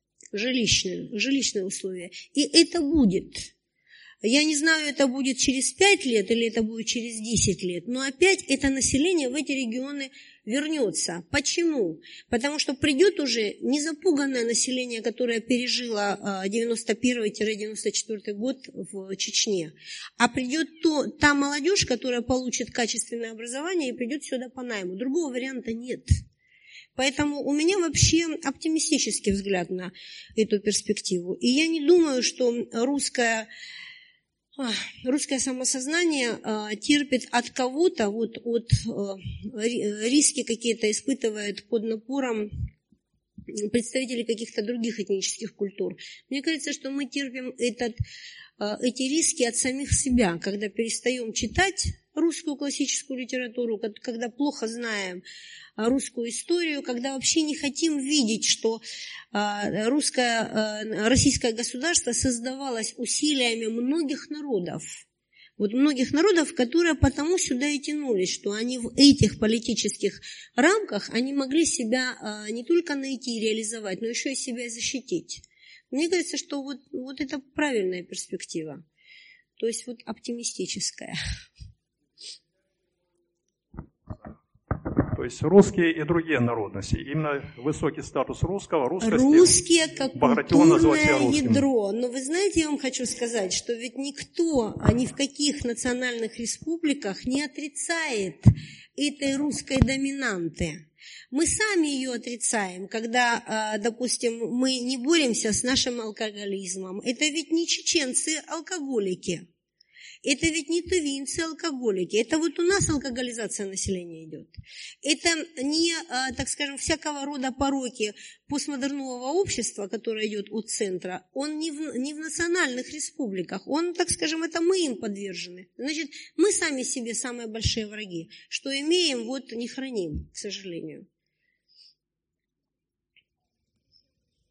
жилищные условия. И это будет. Я не знаю, это будет через 5 лет или это будет через 10 лет, но опять это население в эти регионы вернется. Почему? Потому что придет уже не запуганное население, которое пережило 91-94 год в Чечне, а придет та молодежь, которая получит качественное образование и придет сюда по найму. Другого варианта нет. Поэтому у меня вообще оптимистический взгляд на эту перспективу. И я не думаю, что русское самосознание терпит от кого-то, риски какие-то испытывает под напором представителей каких-то других этнических культур. Мне кажется, что мы терпим эти риски от самих себя, когда перестаем читать русскую классическую литературу, когда плохо знаем русскую историю, когда вообще не хотим видеть, что российское государство создавалось усилиями многих народов. Вот многих народов, которые потому сюда и тянулись, что они в этих политических рамках они могли себя не только найти и реализовать, но еще и себя защитить. Мне кажется, что вот это правильная перспектива, то есть вот оптимистическая. То есть русские и другие народности. Именно высокий статус русского, русские как культурное ядро. Но вы знаете, я вам хочу сказать, что ведь никто, ни в каких национальных республиках не отрицает этой русской доминанты. Мы сами ее отрицаем, когда, допустим, мы не боремся с нашим алкоголизмом. Это ведь не чеченцы-алкоголики. Это ведь не тувинцы-алкоголики. Это вот у нас алкоголизация населения идет. Это не, так скажем, всякого рода пороки постмодернового общества, которое идет от центра. Он не в национальных республиках. Он, так скажем, это мы им подвержены. Значит, мы сами себе самые большие враги. Что имеем, вот не храним, к сожалению.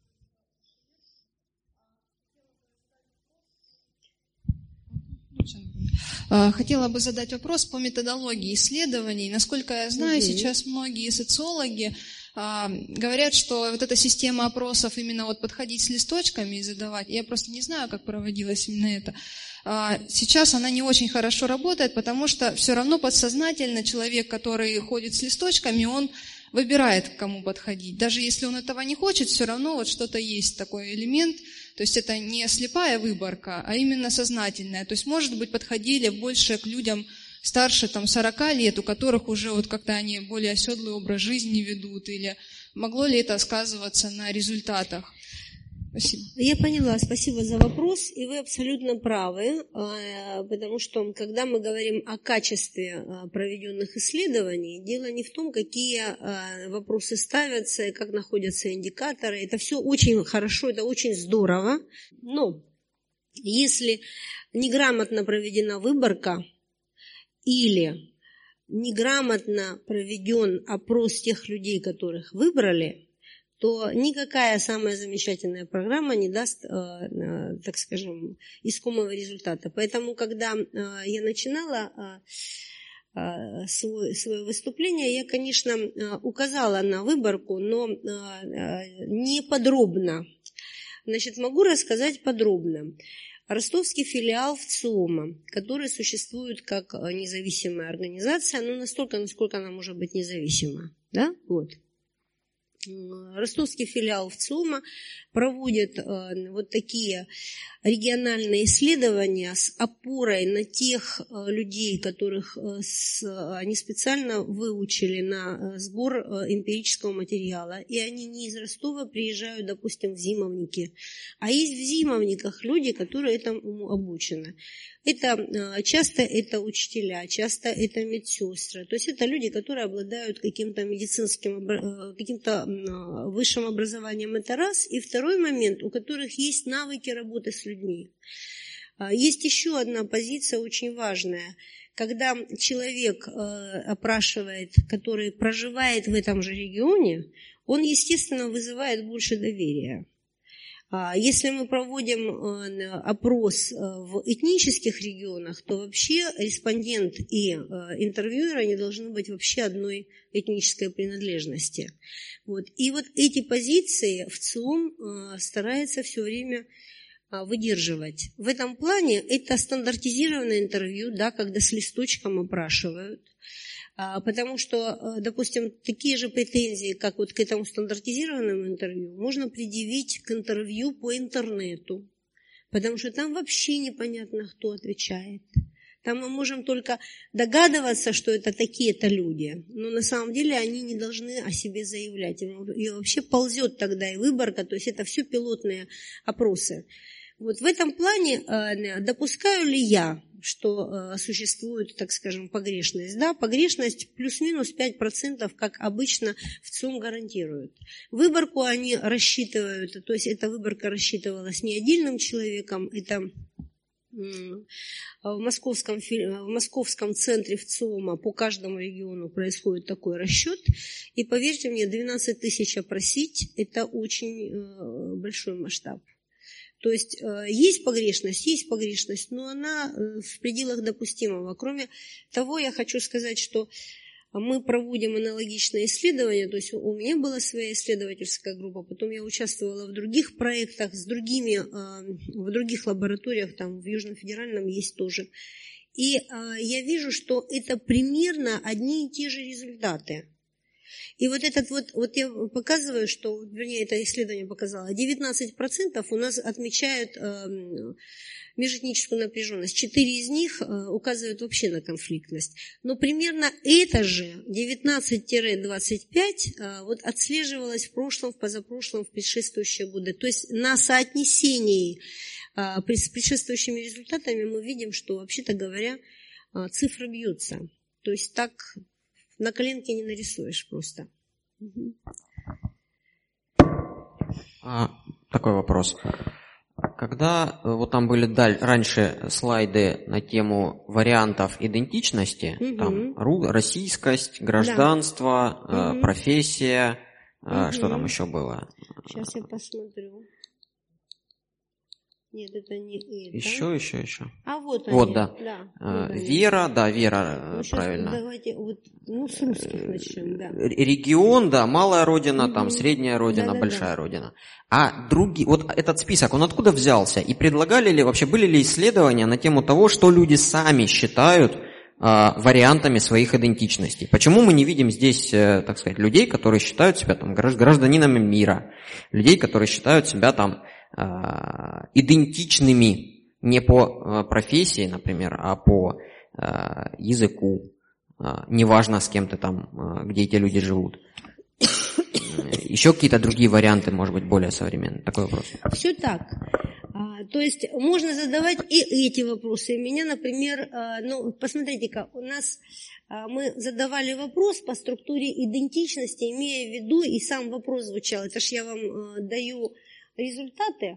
Очень Хотела бы задать вопрос по методологии исследований. Насколько я знаю, сейчас многие социологи говорят, что вот эта система опросов, именно вот подходить с листочками и задавать, я просто не знаю, как проводилось именно это. Сейчас она не очень хорошо работает, потому что все равно подсознательно человек, который ходит с листочками, он выбирает, к кому подходить. Даже если он этого не хочет, все равно вот что-то есть такой элемент. То есть это не слепая выборка, а именно сознательная. То есть, может быть, подходили больше к людям старше 40 лет, у которых уже вот как-то они более оседлый образ жизни ведут, или могло ли это сказываться на результатах? Спасибо. Я поняла, спасибо за вопрос, и вы абсолютно правы, потому что, когда мы говорим о качестве проведенных исследований, дело не в том, какие вопросы ставятся и как находятся индикаторы, это все очень хорошо, это очень здорово, но если неграмотно проведена выборка или неграмотно проведен опрос тех людей, которых выбрали, то никакая самая замечательная программа не даст, так скажем, искомого результата. Поэтому, когда я начинала свое выступление, я, конечно, указала на выборку, но не подробно. Значит, могу рассказать подробно. Ростовский филиал ВЦИОМа, который существует как независимая организация, но настолько, насколько она может быть независима. Да? Вот. Ростовский филиал ВЦИОМа проводит вот такие региональные исследования с опорой на тех людей, которых они специально выучили на сбор эмпирического материала. И они не из Ростова приезжают, допустим, в Зимовники, а есть в Зимовниках люди, которые этому обучены. Это часто это учителя, часто это медсестры. То есть это люди, которые обладают каким-то медицинским, каким-то высшим образованием. Это раз. И второй момент, у которых есть навыки работы с людьми. Есть еще одна позиция очень важная. Когда человек опрашивает, который проживает в этом же регионе, он, естественно, вызывает больше доверия. Если мы проводим опрос в этнических регионах, то вообще респондент и интервьюер, они должны быть вообще одной этнической принадлежности. Вот. И вот эти позиции ВЦИОМ старается все время выдерживать. В этом плане это стандартизированное интервью, да, когда с листочком опрашивают. Потому что, допустим, такие же претензии, как вот к этому стандартизированному интервью, можно предъявить к интервью по интернету, потому что там вообще непонятно, кто отвечает. Там мы можем только догадываться, что это такие-то люди, но на самом деле они не должны о себе заявлять. И вообще ползет тогда и выборка, то есть это все пилотные опросы. Вот в этом плане допускаю ли я, что существует, так скажем, погрешность? Да, погрешность плюс-минус 5%, как обычно ВЦИОМ гарантирует. Выборку они рассчитывают, то есть эта выборка рассчитывалась не отдельным человеком, это в московском центре ВЦИОМа по каждому региону происходит такой расчет. И поверьте мне, 12 тысяч опросить – это очень большой масштаб. То есть есть погрешность, но она в пределах допустимого. Кроме того, я хочу сказать, что мы проводим аналогичные исследования, то есть у меня была своя исследовательская группа, потом я участвовала в других проектах с другими, в других лабораториях, там в Южном федеральном есть тоже. И я вижу, что это примерно одни и те же результаты. И вот этот вот я показываю, что, вернее, это исследование показало, 19% у нас отмечают межэтническую напряженность. 4 из них указывают вообще на конфликтность. Но примерно это же 19-25 вот отслеживалось в прошлом, в позапрошлом, в предшествующие годы. То есть на соотнесении с предшествующими результатами мы видим, что, вообще-то говоря, цифры бьются. То есть так на коленке не нарисуешь просто. Такой вопрос. Когда вот там были раньше слайды на тему вариантов идентичности, там российскость, гражданство, профессия, что там еще было? Сейчас я посмотрю. Нет, это не это. Еще. А вот они. Вот, да. Вера, правильно. Давайте с русских начнем, да. Регион, да, малая родина, там средняя родина, большая родина. А другие, вот этот список, он откуда взялся? И предлагали ли, вообще были ли исследования на тему того, что люди сами считают вариантами своих идентичностей? Почему мы не видим здесь, так сказать, людей, которые считают себя там гражданинами мира, людей, которые считают себя там идентичными не по профессии, например, а по языку, неважно с кем ты там, где эти люди живут. Еще какие-то другие варианты, может быть, более современные? Такой вопрос. Все так. То есть можно задавать и эти вопросы. Меня, например, посмотрите-ка, у нас мы задавали вопрос по структуре идентичности, имея в виду, и сам вопрос звучал, это ж я вам даю результаты.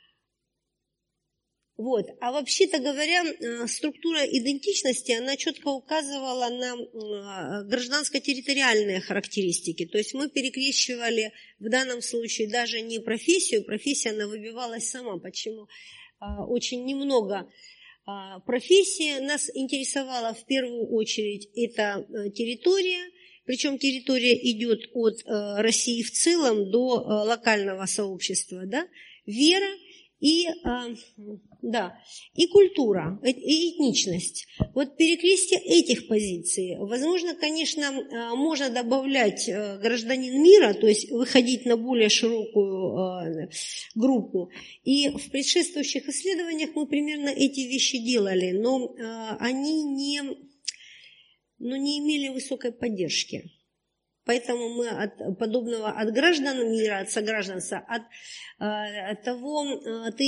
Вот. А вообще-то говоря, структура идентичности, она четко указывала на гражданско-территориальные характеристики. То есть мы перекрещивали в данном случае даже не профессию, профессия она выбивалась сама. Почему? Очень немного профессии. Нас интересовала в первую очередь эта территория, причем территория идет от России в целом до локального сообщества, да? Вера и культура, и этничность. Вот перекрестие этих позиций. Возможно, конечно, можно добавлять гражданин мира, то есть выходить на более широкую группу. И в предшествующих исследованиях мы примерно эти вещи делали, но они не имели высокой поддержки. Поэтому мы от граждан мира, от согражданства, от того, ты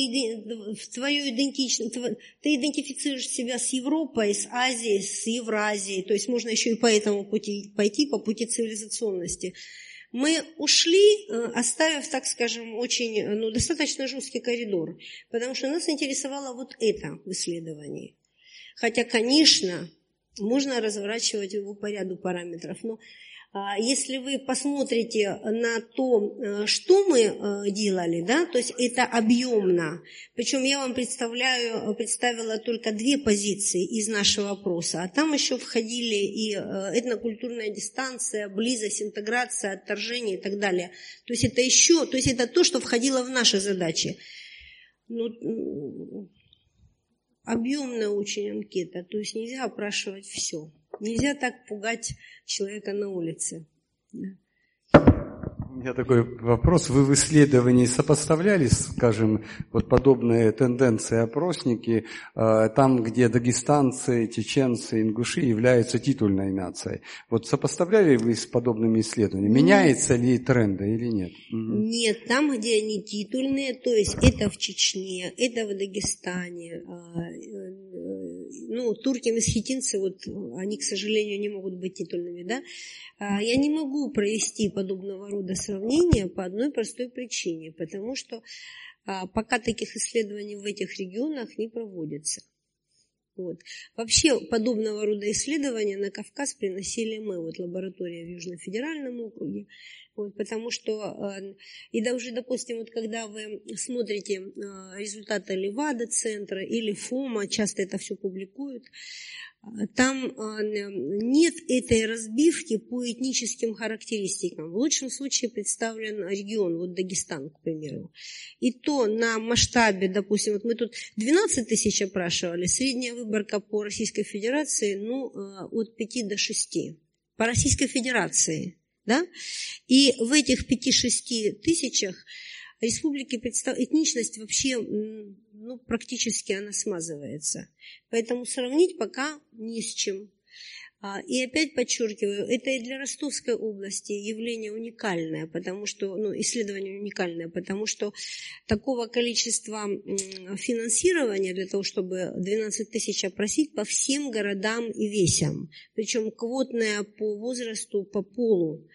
идентифицируешь себя с Европой, с Азией, с Евразией, то есть можно еще и по этому пути пойти, по пути цивилизационности. Мы ушли, оставив, так скажем, очень, достаточно жесткий коридор, потому что нас интересовало вот это в исследовании. Хотя, конечно, можно разворачивать его по ряду параметров, но если вы посмотрите на то, что мы делали, да, то есть это объемно, причем я вам представила только 2 позиции из нашего опроса, а там еще входили и этнокультурная дистанция, близость, интеграция, отторжение и так далее. То есть это то, что входило в наши задачи. Объемная очень анкета, то есть нельзя опрашивать все. Нельзя так пугать человека на улице. У меня такой вопрос. Вы в исследовании сопоставляли, скажем, вот подобные тенденции опросники, там, где дагестанцы, чеченцы, ингуши являются титульной нацией? Вот сопоставляли вы с подобными исследованиями? Меняются ли тренды или нет? Нет, там, где они титульные, то есть это в Чечне, это в Дагестане. Турки, месхетинцы, они, к сожалению, не могут быть титульными, да? Я не могу провести подобного рода сравнения по одной простой причине, потому что пока таких исследований в этих регионах не проводится. Вот. Вообще подобного рода исследования на Кавказ приносили мы, лаборатория в Южно-Федеральном округе, потому что, и даже, допустим, когда вы смотрите результаты Левада-центра или ФОМа, часто это все публикуют, там нет этой разбивки по этническим характеристикам. В лучшем случае представлен регион, Дагестан, к примеру. И то на масштабе, допустим, мы тут 12 тысяч опрашивали, средняя выборка по Российской Федерации, от 5 до 6. По Российской Федерации, да? И в этих 5-6 тысячах республики этничность вообще практически она смазывается. Поэтому сравнить пока не с чем. И опять подчеркиваю, это и для Ростовской области явление уникальное, потому что, исследование уникальное, потому что такого количества финансирования для того, чтобы 12 тысяч опросить по всем городам и весям, причем квотное по возрасту, по полу.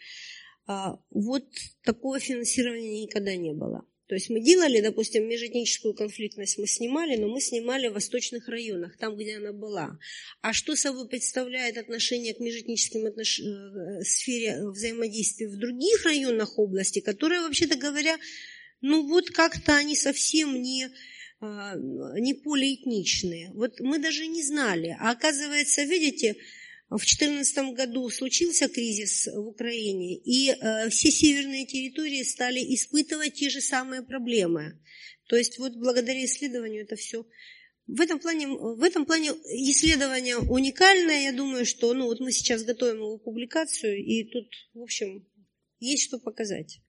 Такого финансирования никогда не было. То есть мы делали, допустим, межэтническую конфликтность мы снимали, но мы снимали в восточных районах, там, где она была. А что собой представляет отношение к межэтническим сфере взаимодействия в других районах области, которые, вообще-то говоря, как-то они совсем не не полиэтничные. Вот мы даже не знали. А оказывается, видите, в 2014 году случился кризис в Украине, и все северные территории стали испытывать те же самые проблемы. То есть вот благодаря исследованию это все... В этом плане исследование уникальное. Я думаю, что вот мы сейчас готовим его публикацию, и тут, в общем, есть что показать.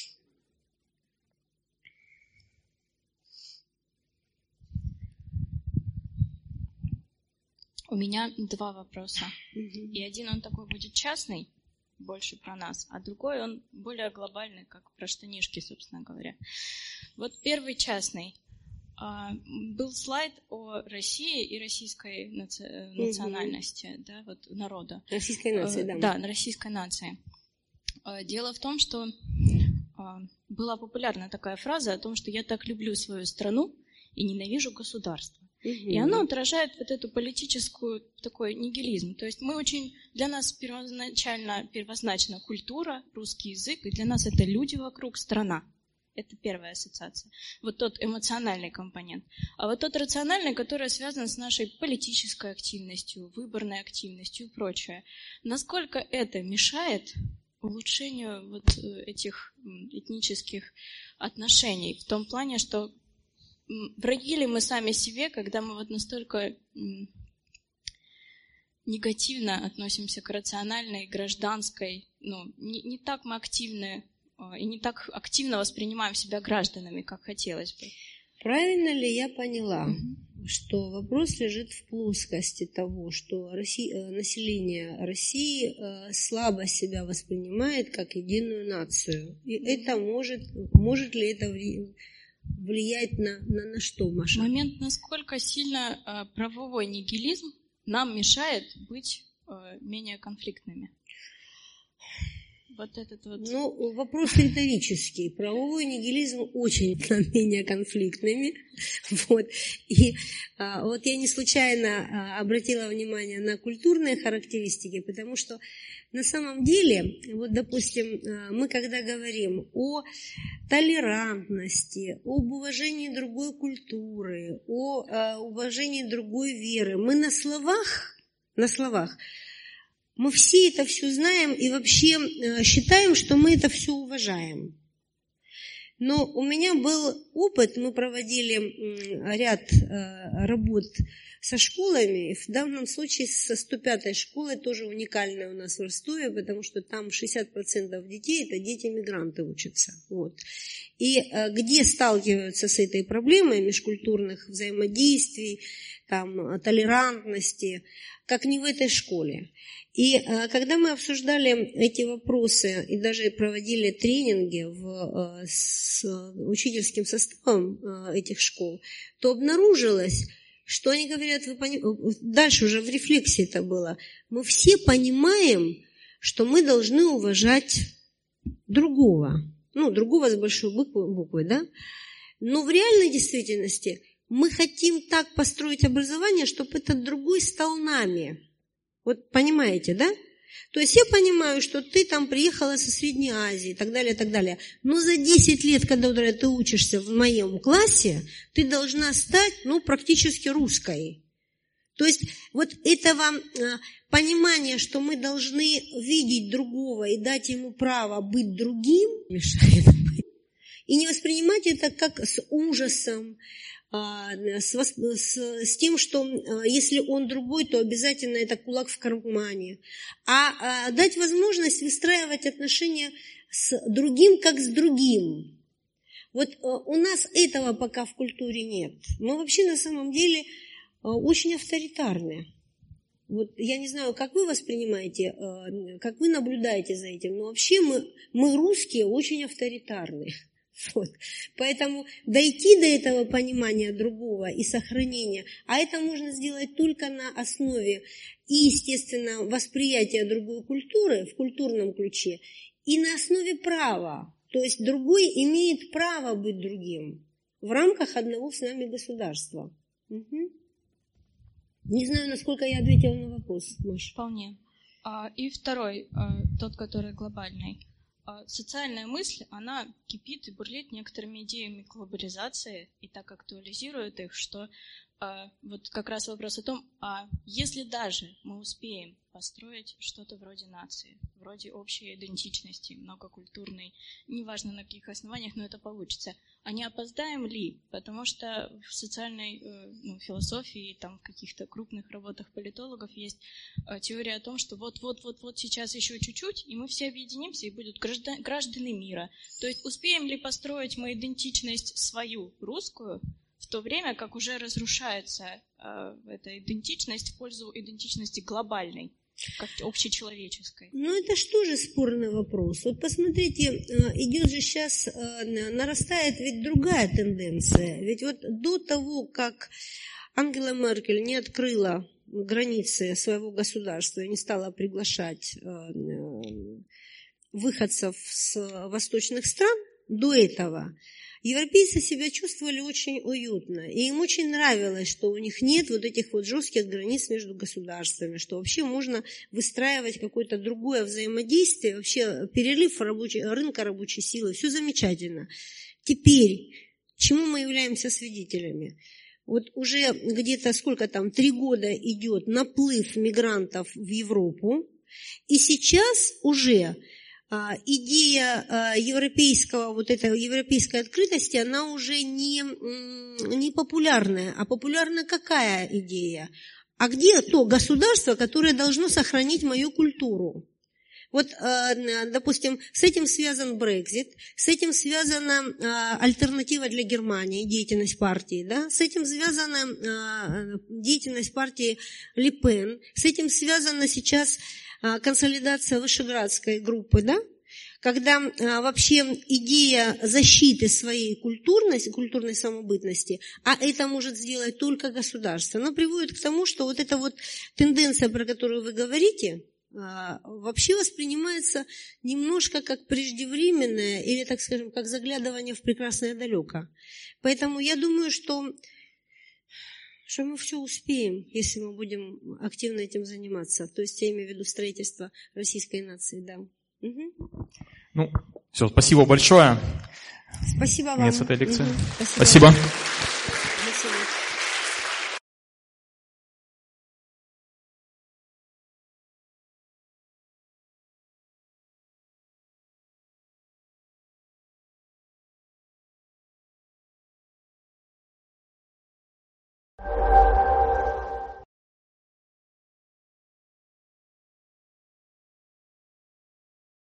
У меня 2 вопроса. И один он такой будет частный, больше про нас, а другой он более глобальный, как про штанишки, собственно говоря. Вот первый частный. Был слайд о России и российской национальности, да, вот народа. Российской нации, да. Да, на российской нации. Дело в том, что была популярна такая фраза о том, что я так люблю свою страну и ненавижу государство. И оно отражает вот эту политическую такой нигилизм. То есть для нас первозначна культура, русский язык, и для нас это люди вокруг, страна. Это первая ассоциация. Вот тот эмоциональный компонент. А вот тот рациональный, который связан с нашей политической активностью, выборной активностью и прочее. Насколько это мешает улучшению вот этих этнических отношений? В том плане, что враги ли мы сами себе, когда мы вот настолько негативно относимся к рациональной, гражданской, не так мы активны и не так активно воспринимаем себя гражданами, как хотелось бы. Правильно ли я поняла, что вопрос лежит в плоскости того, что население России слабо себя воспринимает как единую нацию? И это может ли это влиять на что, Маша? Момент, насколько сильно правовой нигилизм нам мешает быть менее конфликтными. Вот этот вот... Вопрос риторический. Правовой нигилизм очень менее конфликтными. Вот. И вот я не случайно обратила внимание на культурные характеристики, потому что на самом деле, вот, допустим, мы когда говорим о толерантности, об уважении другой культуры, о уважении другой веры, мы на словах, мы все это все знаем и вообще считаем, что мы это все уважаем. Но у меня был опыт, мы проводили ряд работ со школами, в данном случае со 105-й школой, тоже уникальная у нас в Ростове, потому что там 60% детей, это дети-мигранты учатся. Вот. И где сталкиваются с этой проблемой межкультурных взаимодействий, толерантности, как не в этой школе. И когда мы обсуждали эти вопросы и даже проводили тренинги с учительским составом этих школ, то обнаружилось, что они говорят, дальше уже в рефлексии это было, мы все понимаем, что мы должны уважать другого, другого с большой буквы, да? Но в реальной действительности мы хотим так построить образование, чтобы этот другой стал нами. Вот понимаете, да? То есть я понимаю, что ты приехала со Средней Азии и так далее, и так далее. Но за 10 лет, когда ты учишься в моем классе, ты должна стать, практически русской. То есть вот этого понимания, что мы должны видеть другого и дать ему право быть другим, мешает. И не воспринимать это как с ужасом, с тем, что если он другой, то обязательно это кулак в кармане. А дать возможность выстраивать отношения с другим, как с другим. Вот у нас этого пока в культуре нет. Мы вообще на самом деле очень авторитарны. Вот я не знаю, как вы воспринимаете, как вы наблюдаете за этим, но вообще мы русские очень авторитарны. Вот. Поэтому дойти до этого понимания другого и сохранения, а это можно сделать только на основе и, естественно, восприятия другой культуры в культурном ключе, и на основе права. То есть другой имеет право быть другим в рамках одного с нами государства. Угу. Не знаю, насколько я ответила на вопрос, Маша. Вполне. И второй, тот, который глобальный. социальная мысль, она кипит и бурлит некоторыми идеями глобализации и так актуализирует их, что вот как раз вопрос о том, если даже мы успеем построить что-то вроде нации, вроде общей идентичности, многокультурной, неважно на каких основаниях, но это получится, а не опоздаем ли? Потому что в социальной философии, там, в каких-то крупных работах политологов есть теория о том, что вот сейчас еще чуть-чуть, и мы все объединимся и будут граждане мира. То есть успеем ли построить мы идентичность свою, русскую, в то время как уже разрушается эта идентичность в пользу идентичности глобальной, как общечеловеческой. Ну, это что же спорный вопрос? Вот посмотрите, идет же сейчас, нарастает ведь другая тенденция. Ведь вот до того, как Ангела Меркель не открыла границы своего государства и не стала приглашать выходцев с восточных стран, до этого европейцы себя чувствовали очень уютно, и им очень нравилось, что у них нет вот этих вот жестких границ между государствами, что вообще можно выстраивать какое-то другое взаимодействие, вообще перелив рынка рабочей силы, все замечательно. Теперь, чему мы являемся свидетелями? Вот уже где-то 3 года идет наплыв мигрантов в Европу, и сейчас уже идея европейской открытости, она уже не популярная. А популярна какая идея? А где то государство, которое должно сохранить мою культуру? Вот, допустим, с этим связан Брексит, с этим связана альтернатива для Германии, деятельность партии, да? С этим связана деятельность партии Ле Пен, с этим связана сейчас консолидация Вышеградской группы, да? Когда вообще идея защиты своей культурной самобытности, а это может сделать только государство, она приводит к тому, что вот эта вот тенденция, про которую вы говорите, вообще воспринимается немножко как преждевременное или, так скажем, как заглядывание в прекрасное далеко. Поэтому я думаю, что мы все успеем, если мы будем активно этим заниматься. То есть я имею в виду строительство российской нации, да. Угу. Ну, все, спасибо большое. Спасибо вам. Конец этой лекции. Угу. Спасибо.